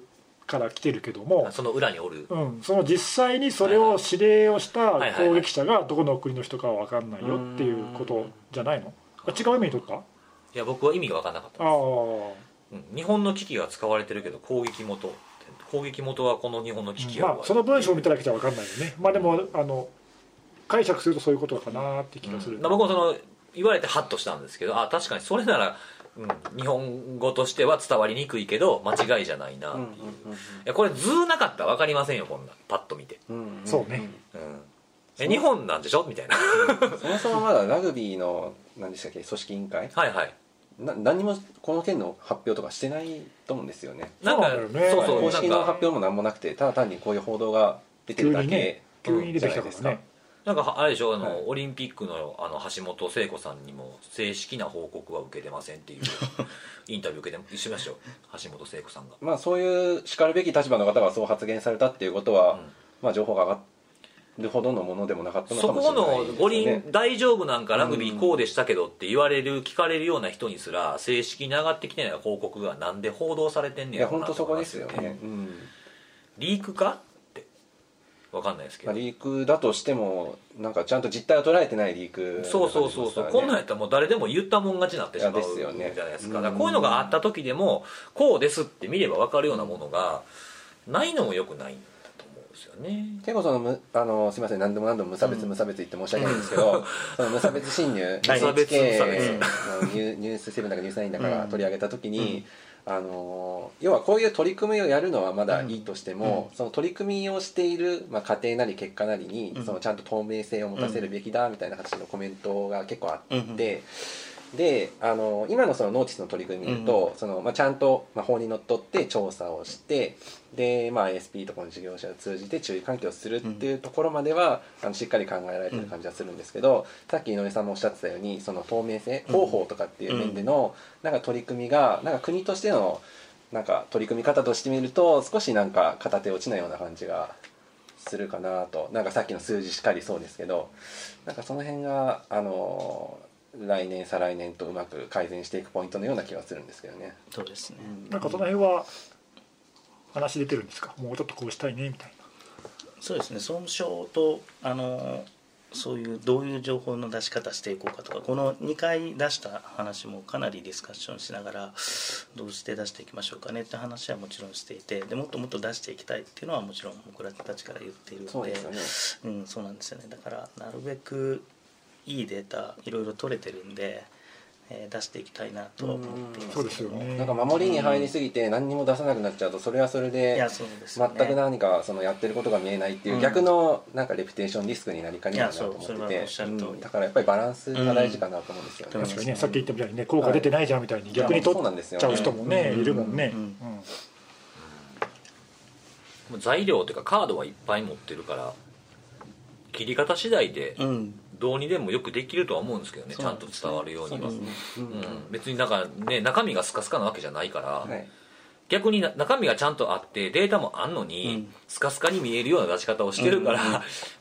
から来てるけども、 その裏におる、 その実際にそれを指令をした攻撃者がどこの国の人かは分かんないよっていうことじゃないの？違う意味にとった？ いや僕は意味が分からなかったです。日本の機器が使われてるけど攻撃元はこの日本の機器は、 その文章を見ただけじゃ分かんないよね。でも解釈するとそういうことかなって気がする。 僕も言われてハッとしたんですけど、確かにそれなら、日本語としては伝わりにくいけど間違いじゃないなっていう、いやこれ図なかったら分かりませんよ、こんなパッと見て、 そうね、 日本なんでしょみたいなそもそもまだラグビーの何でしたっけ、組織委員会、何にもこの件の発表とかしてないと思うんですよね。 なんか公式の発表も何もなくて、ただ単にこういう報道が出てるだけ急に出てきたからね。 なんかあれでしょ、オリンピックの橋本聖子さんにも正式な報告は受けてませんっていうインタビュー受けてしましたよ、橋本聖子さんが。 そういうしかるべき立場の方がそう発言されたっていうことは、情報が上がるほどのものでもなかったのかもしれないですね。 そこの五輪大丈夫なんか、ラグビーこうでしたけどって聞かれるような人にすら正式に上がってきてない報告がなんで報道されてんねやろうなと思いますよね。 いや本当そこですよね。 リークか分かんないですけど、 リークだとしてもなんかちゃんと実態を捉えてないリーク、 そうこんなんやったらもう誰でも言ったもん勝ちになってしまうじゃないですか。だからこういうのがあった時でもこうですって見れば分かるようなものがないのもよくないんだと思うんですよね。 結構すいません、何度も無差別言って申し訳ないんですけど、その無差別侵入 NHK のニュース7だかニュース9だから取り上げた時に、要はこういう取り組みをやるのはまだいいとしても、その取り組みをしている、家庭なり結果なりに、そのちゃんと透明性を持たせるべきだみたいな形のコメントが結構あって、で今のそのノーティスの取り組みを見ると、ちゃんと、法にのっとって調査をして、で、ISP とかの事業者を通じて注意喚起をするっていうところまでは、しっかり考えられてる感じはするんですけど、さっき井上さんもおっしゃってたように、その透明性方法とかっていう面でのなんか取り組みが、なんか国としてのなんか取り組み方としてみると少しなんか片手落ちないような感じがするかなと。なんかさっきの数字しかりそうですけど、なんかその辺が来年再来年とうまく改善していくポイントのような気がするんですけどね。 そうですね。 なんかその辺は話出てるんですか？もうちょっとこうしたいねみたいな。 そうですね。総務省とそういうどういう情報の出し方していこうかとか、この2回出した話もかなりディスカッションしながらどうして出していきましょうかねって話はもちろんしていて、でもっともっと出していきたいっていうのはもちろん僕らたちから言っているので、 そうですよね。 そうなんですよね。だからなるべくいいデータいろいろ取れてるんで、出していきたいなと思っています。 そうですよね。 なんか守りに入りすぎて何にも出さなくなっちゃうと、それはそれで全く何かそのやってることが見えないっていう逆のなんかレピュテーションリスクになりかねないなと思ってて、だからやっぱりバランスが大事かなと思うんですよね。 確かにね、さっき言ったみたいにね、効果出てないじゃんみたいに逆に取っちゃう人もねいるもんね。 材料というかカードはいっぱい持ってるから切り方次第でどうにでもよくできるとは思うんですけどね、ちゃんと伝わるようには。別になんかね、中身がスカスカなわけじゃないから、逆に中身がちゃんとあってデータもあんのに、スカスカに見えるような出し方をしてるから、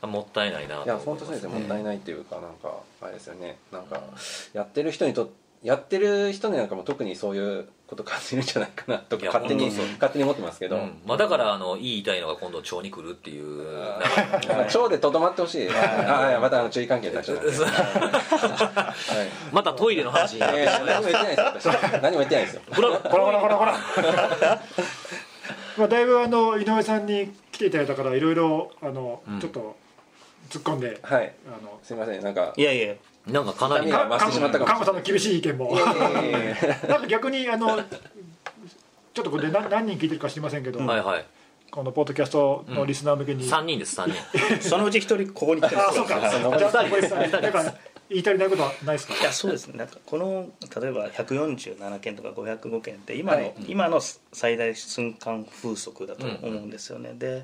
もったいないなと思いますね。 いや本当そうですよ、もったいないっていうか、なんかあれですよね、なんかやってる人なんかも特にそういうこと感じるんじゃないかなとか勝手に思ってますけど、 だから言いたいのが今度腸に来るっていう腸でとどまってほしい。また注意喚起になっちゃう。 またトイレの話になって何も言ってないですよ。何も言ってないですよ。 ほらだいぶ井上さんに来ていただいたから、いろいろちょっと突っ込んで、 すいません、なんかいやなんかかなり菅野さんの厳しい意見もなんか逆にちょっとこれで何人聞いてるか知りませんけど、このポッドキャストのリスナー向けに 3人です。3人そのうち1人ここに来てる。 そうか。じゃあなんか言い足りないことはないですか？ いやそうですね。なんかこの例えば147件とか505件って今の最大瞬間風速だと思うんですよね。で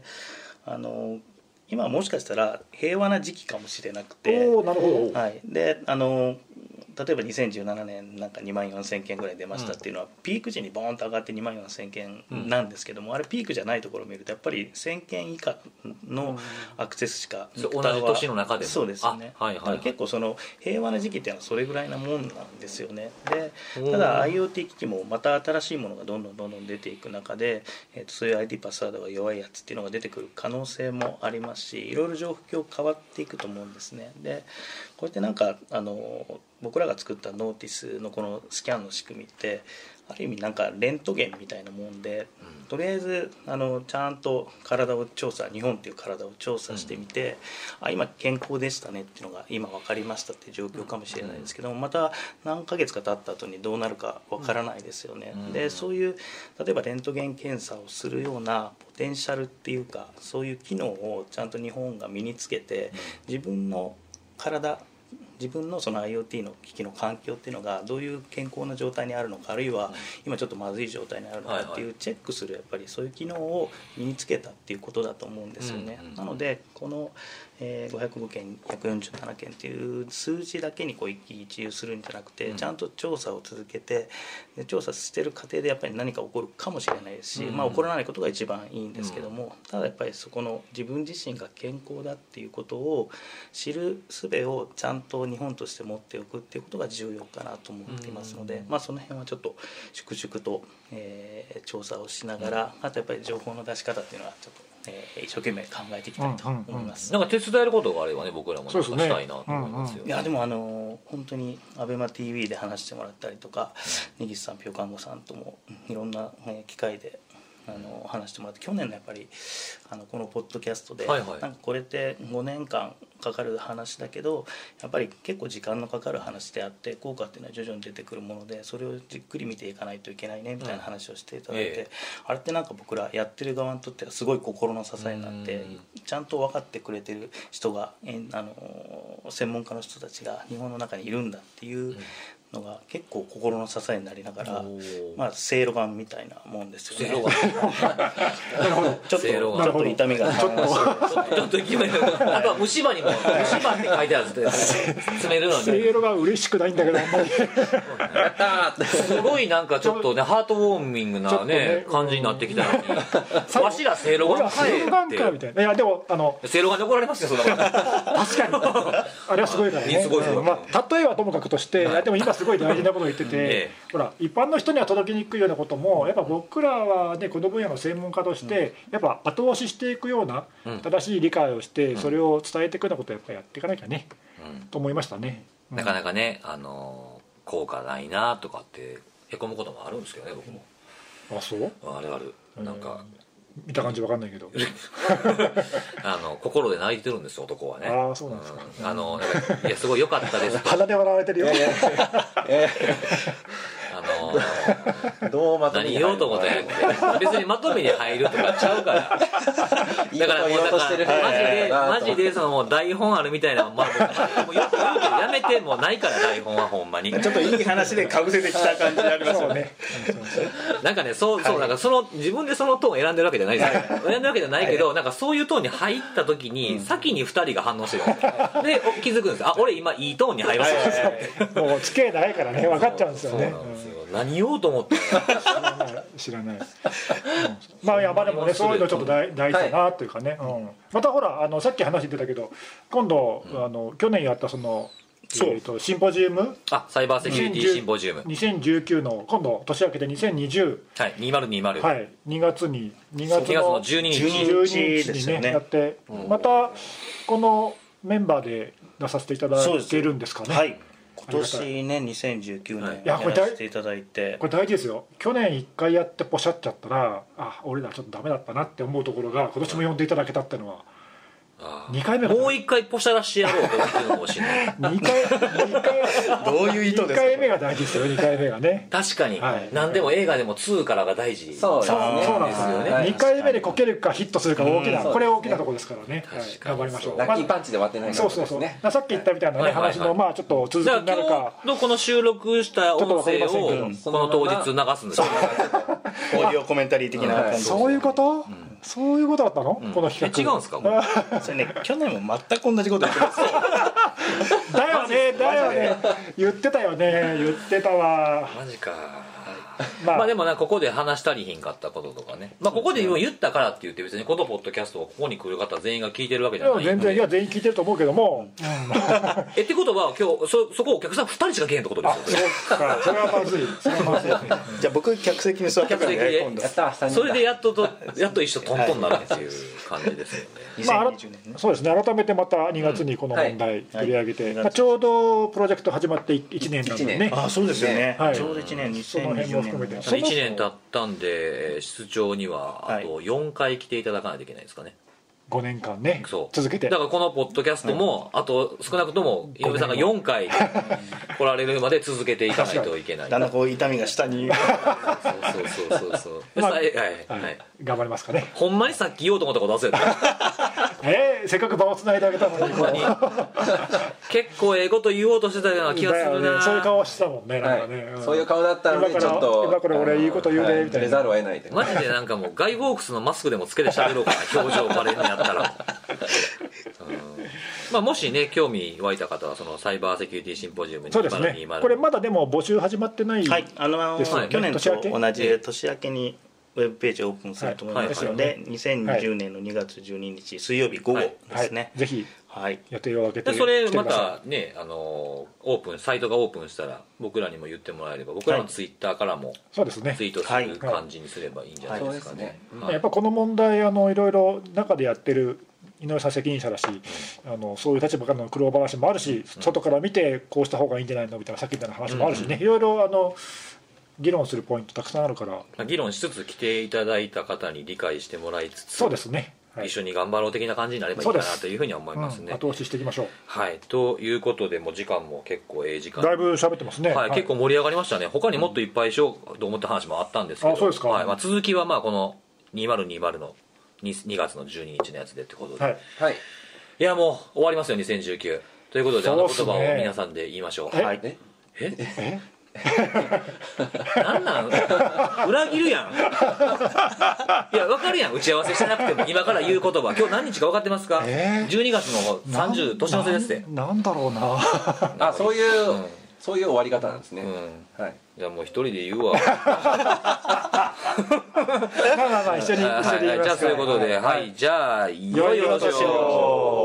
今もしかしたら平和な時期かもしれなくて、 なるほど。 で例えば2017年なんか2万4000件ぐらい出ましたっていうのは、ピーク時にボーンと上がって2万4000件なんですけども、あれピークじゃないところを見るとやっぱり1000件以下のアクセスしか同じ年の中でもそうですよね、 はいはいはい、 結構その平和な時期っていうのはそれぐらいなもんなんですよね。でただ IoT 機器もまた新しいものがどんどん出ていく中で、そういう ID パスワードが弱いやつっていうのが出てくる可能性もありますし、いろいろ状況変わっていくと思うんですね。でこうやってなんか僕らが作ったノーティスのこのスキャンの仕組みってある意味なんかレントゲンみたいなもんで、とりあえずちゃんと体を調査、日本っていう体を調査してみて、今健康でしたねっていうのが今分かりましたっていう状況かもしれないですけども、また何ヶ月か経った後にどうなるか分からないですよね。でそういう例えばレントゲン検査をするようなポテンシャルっていうか、そういう機能をちゃんと日本が身につけて、自分の体、自分のその IoT の機器の環境っていうのがどういう健康な状態にあるのか、あるいは今ちょっとまずい状態にあるのかっていうチェックする、やっぱりそういう機能を身につけたっていうことだと思うんですよね。なのでこの505件147件っていう数字だけにこう一喜一憂するんじゃなくて、ちゃんと調査を続けて、で調査してる過程でやっぱり何か起こるかもしれないですし、起こらないことが一番いいんですけども、ただやっぱりそこの自分自身が健康だっていうことを知る術をちゃんと日本として持っておくっていうことが重要かなと思っていますので、その辺はちょっと粛々と、調査をしながら、あとやっぱり情報の出し方っていうのはちょっと一生懸命考えていきたいと思います。 なんか手伝えることがあればね、僕らもなんかしたいなと思いますよ。 いやでも本当にABEMATV で話してもらったりとか、根岸さん、ピョカンゴさんともいろんな機会で話してもらって、去年のやっぱりこのポッドキャストで、なんかこれって5年間かかる話だけど、やっぱり結構時間のかかる話であって、効果っていうのは徐々に出てくるもので、それをじっくり見ていかないといけないねみたいな話をしていただいて、あれってなんか僕らやってる側にとってはすごい心の支えになって、ちゃんと分かってくれてる人が専門家の人たちが日本の中にいるんだっていうのが結構心の支えになりながら、せいろがんみたいなもんですよね。ちょっと痛みがちょっと痛みが、あとは虫歯にも虫歯って書いてあるんです詰めるのにせいろが嬉しくないんだけど、あんまりすごいなんかちょっとねハートウォーミングなね感じになってきたのに、わしらせいろがんかみたいな。いやでもせいろがんで怒られますよ、そんな確かにあれはすごいからね。例えはともかくとして、でも今すごい大事なことを言ってて、ほら一般の人には届きにくいようなこともやっぱ僕らはね、この分野の専門家としてやっぱ後押ししていくような正しい理解をして、それを伝えていくようなことをやっぱやっていかなきゃね、と思いましたね。 なかなかね効果ないなとかってへこむこともあるんですけどね、僕も。 あ、そう？ あるある。なんか見た感じわかんないけど心で泣いてるんですよ、男はね。 ああ、そうなんですか。 いやすごい良かったです鼻で笑われてるよ。 どうまとめ何言おうと思ったんや別にまとめに入るとかちゃうからだからもうマジでそのもう台本あるみたいな、もうよく言うけどやめて、もうないから台本はほんまにちょっといい話でかぶせてきた感じありますよね。 なんかね、そうなんか自分でそのトーン選んでるわけじゃないですよ、選んでるわけじゃないけど、なんかそういうトーンに入った時に先に2人が反応してるんですよ。で気づくんですよ、あ、俺今いいトーンに入らせてもう付き合い長いからね、分かっちゃうんですよね。 何言おうと思って知らない。まあいや、まあでもね、そういうのちょっと大事だなっていうかね。またほらさっき話してたけど、今度去年やったそのシンポジウム、 サイバーセキュリティシンポジウム 2019の今度年明けて2020、 はい、2020、 はい、2月の 12日にねやって、またこのメンバーで出させていただけるんですかね。はい、 今年ね、2019年やらせていただいて、 これ大事ですよ。去年1回やってポシャっちゃったら、あ、俺らちょっとダメだったなって思うところが今年も呼んでいただけたっていうのは2回目、 もう1回ポシャらしてやろうと思ってるのかもしれない 2回どういう意図ですか。 2回目が大事ですよ、2回目がね。 確かに、何でも映画でも2からが大事。 そうなんですよね。2回目でこけるかヒットするか大きな、これ大きなところですからね。頑張りましょう。 ラッキーパンチで終わってないからですね。 さっき言ったみたいなね話のまあちょっと続きになるか。 今日のこの収録した音声をこの当日流すんですよ。 オーディオコメンタリー的な。 そういうこと？そういうことだったの？この企画。 違うんですか？ それね、去年も全く同じこと言ってます。 だよね言ってたよね、言ってたわ。 マジか。まあでもな、ここで話したりひんかったこととかね、まあここで言ったからって言って別にこのポッドキャストをここに来る方全員が聞いてるわけじゃない。 全然、いや全員聞いてると思うけども、 ってことは今日そこお客さん2人しか来へんってことですよ。 そうか、それはまずい、それはまずい。 じゃあ僕客席に座ってからね、今度それでやっと一緒トントンになるっていう感じですよね。 まあ、そうですね、改めてまた2月にこの問題取り上げて、まあ、ちょうどプロジェクト始まって1年なんでね。 あ、そうですよね、 はい、 ちょうど1年、 2020年 1年経ったんで、室長にはあと4回来ていただかないといけないですかね。 5年間ね、 そう続けて。 だからこのポッドキャストも、あと少なくとも井上さんが4回来られるまで続けていかないといけない。 だんだんこう痛みが下にそうまあ、はい、頑張りますかね。 ほんまにさっき言おうと思ったこと忘れた。 せっかく場をつないであげたのに結構ええこと言おうとしてたような気がするな、 ね、そういう顔してたもんね、なんかね、 そういう顔だったのでちょっと今これ俺いいこと言うねみたいな、 出ざるを得ないという。 マジでなんかもうガイ・フォークスのマスクでもつけて喋ろうかな、表情バレるのやったら。まあ、もしね興味湧いた方はそのサイバーセキュリティシンポジウム2020、 そうですね、これまだでも募集始まってないです、 はい、去年と同じ年明けにウェブページをオープンすると思いますので、2020年の2月12日水曜日午後ですね、 ぜひ予定を空けて、 それまたね、オープンサイトがオープンしたら僕らにも言ってもらえれば、僕らのツイッターからもツイートする感じにすればいいんじゃないですかね。 やっぱこの問題いろいろ中でやってる井上さん責任者だし、そういう立場からの苦労話もあるし、外から見てこうした方がいいんじゃないのみたいなさっきみたいな話もあるしね、いろいろ議論するポイントたくさんあるから、 議論しつつ来ていただいた方に理解してもらいつつ、 そうですね、 一緒に頑張ろう的な感じになればいいかなというふうには思いますね。 後押ししていきましょう。 はい、ということでもう時間も結構時間だいぶ喋ってますね。 はい、結構盛り上がりましたね。他にもっといっぱいしようと思った話もあったんですけど、 そうですか。 はい、続きはまあこの2020の2月の12日のやつでってことで、はい、いやもう終わりますよ2019ということで、あの言葉を皆さんで言いましょう。はい。なんなん裏切るやん。いや分かるやん、打ち合わせしてなくても今から言う言葉、今日何日か分かってますか。12月の30年の瀬ですって。なんだろうなあ、そういう終わり方なんですね。 はい。じゃあもう一人で言うわ。 まあ一緒に言いますか。 じゃあそういうことで、はい、じゃあ良いお年を。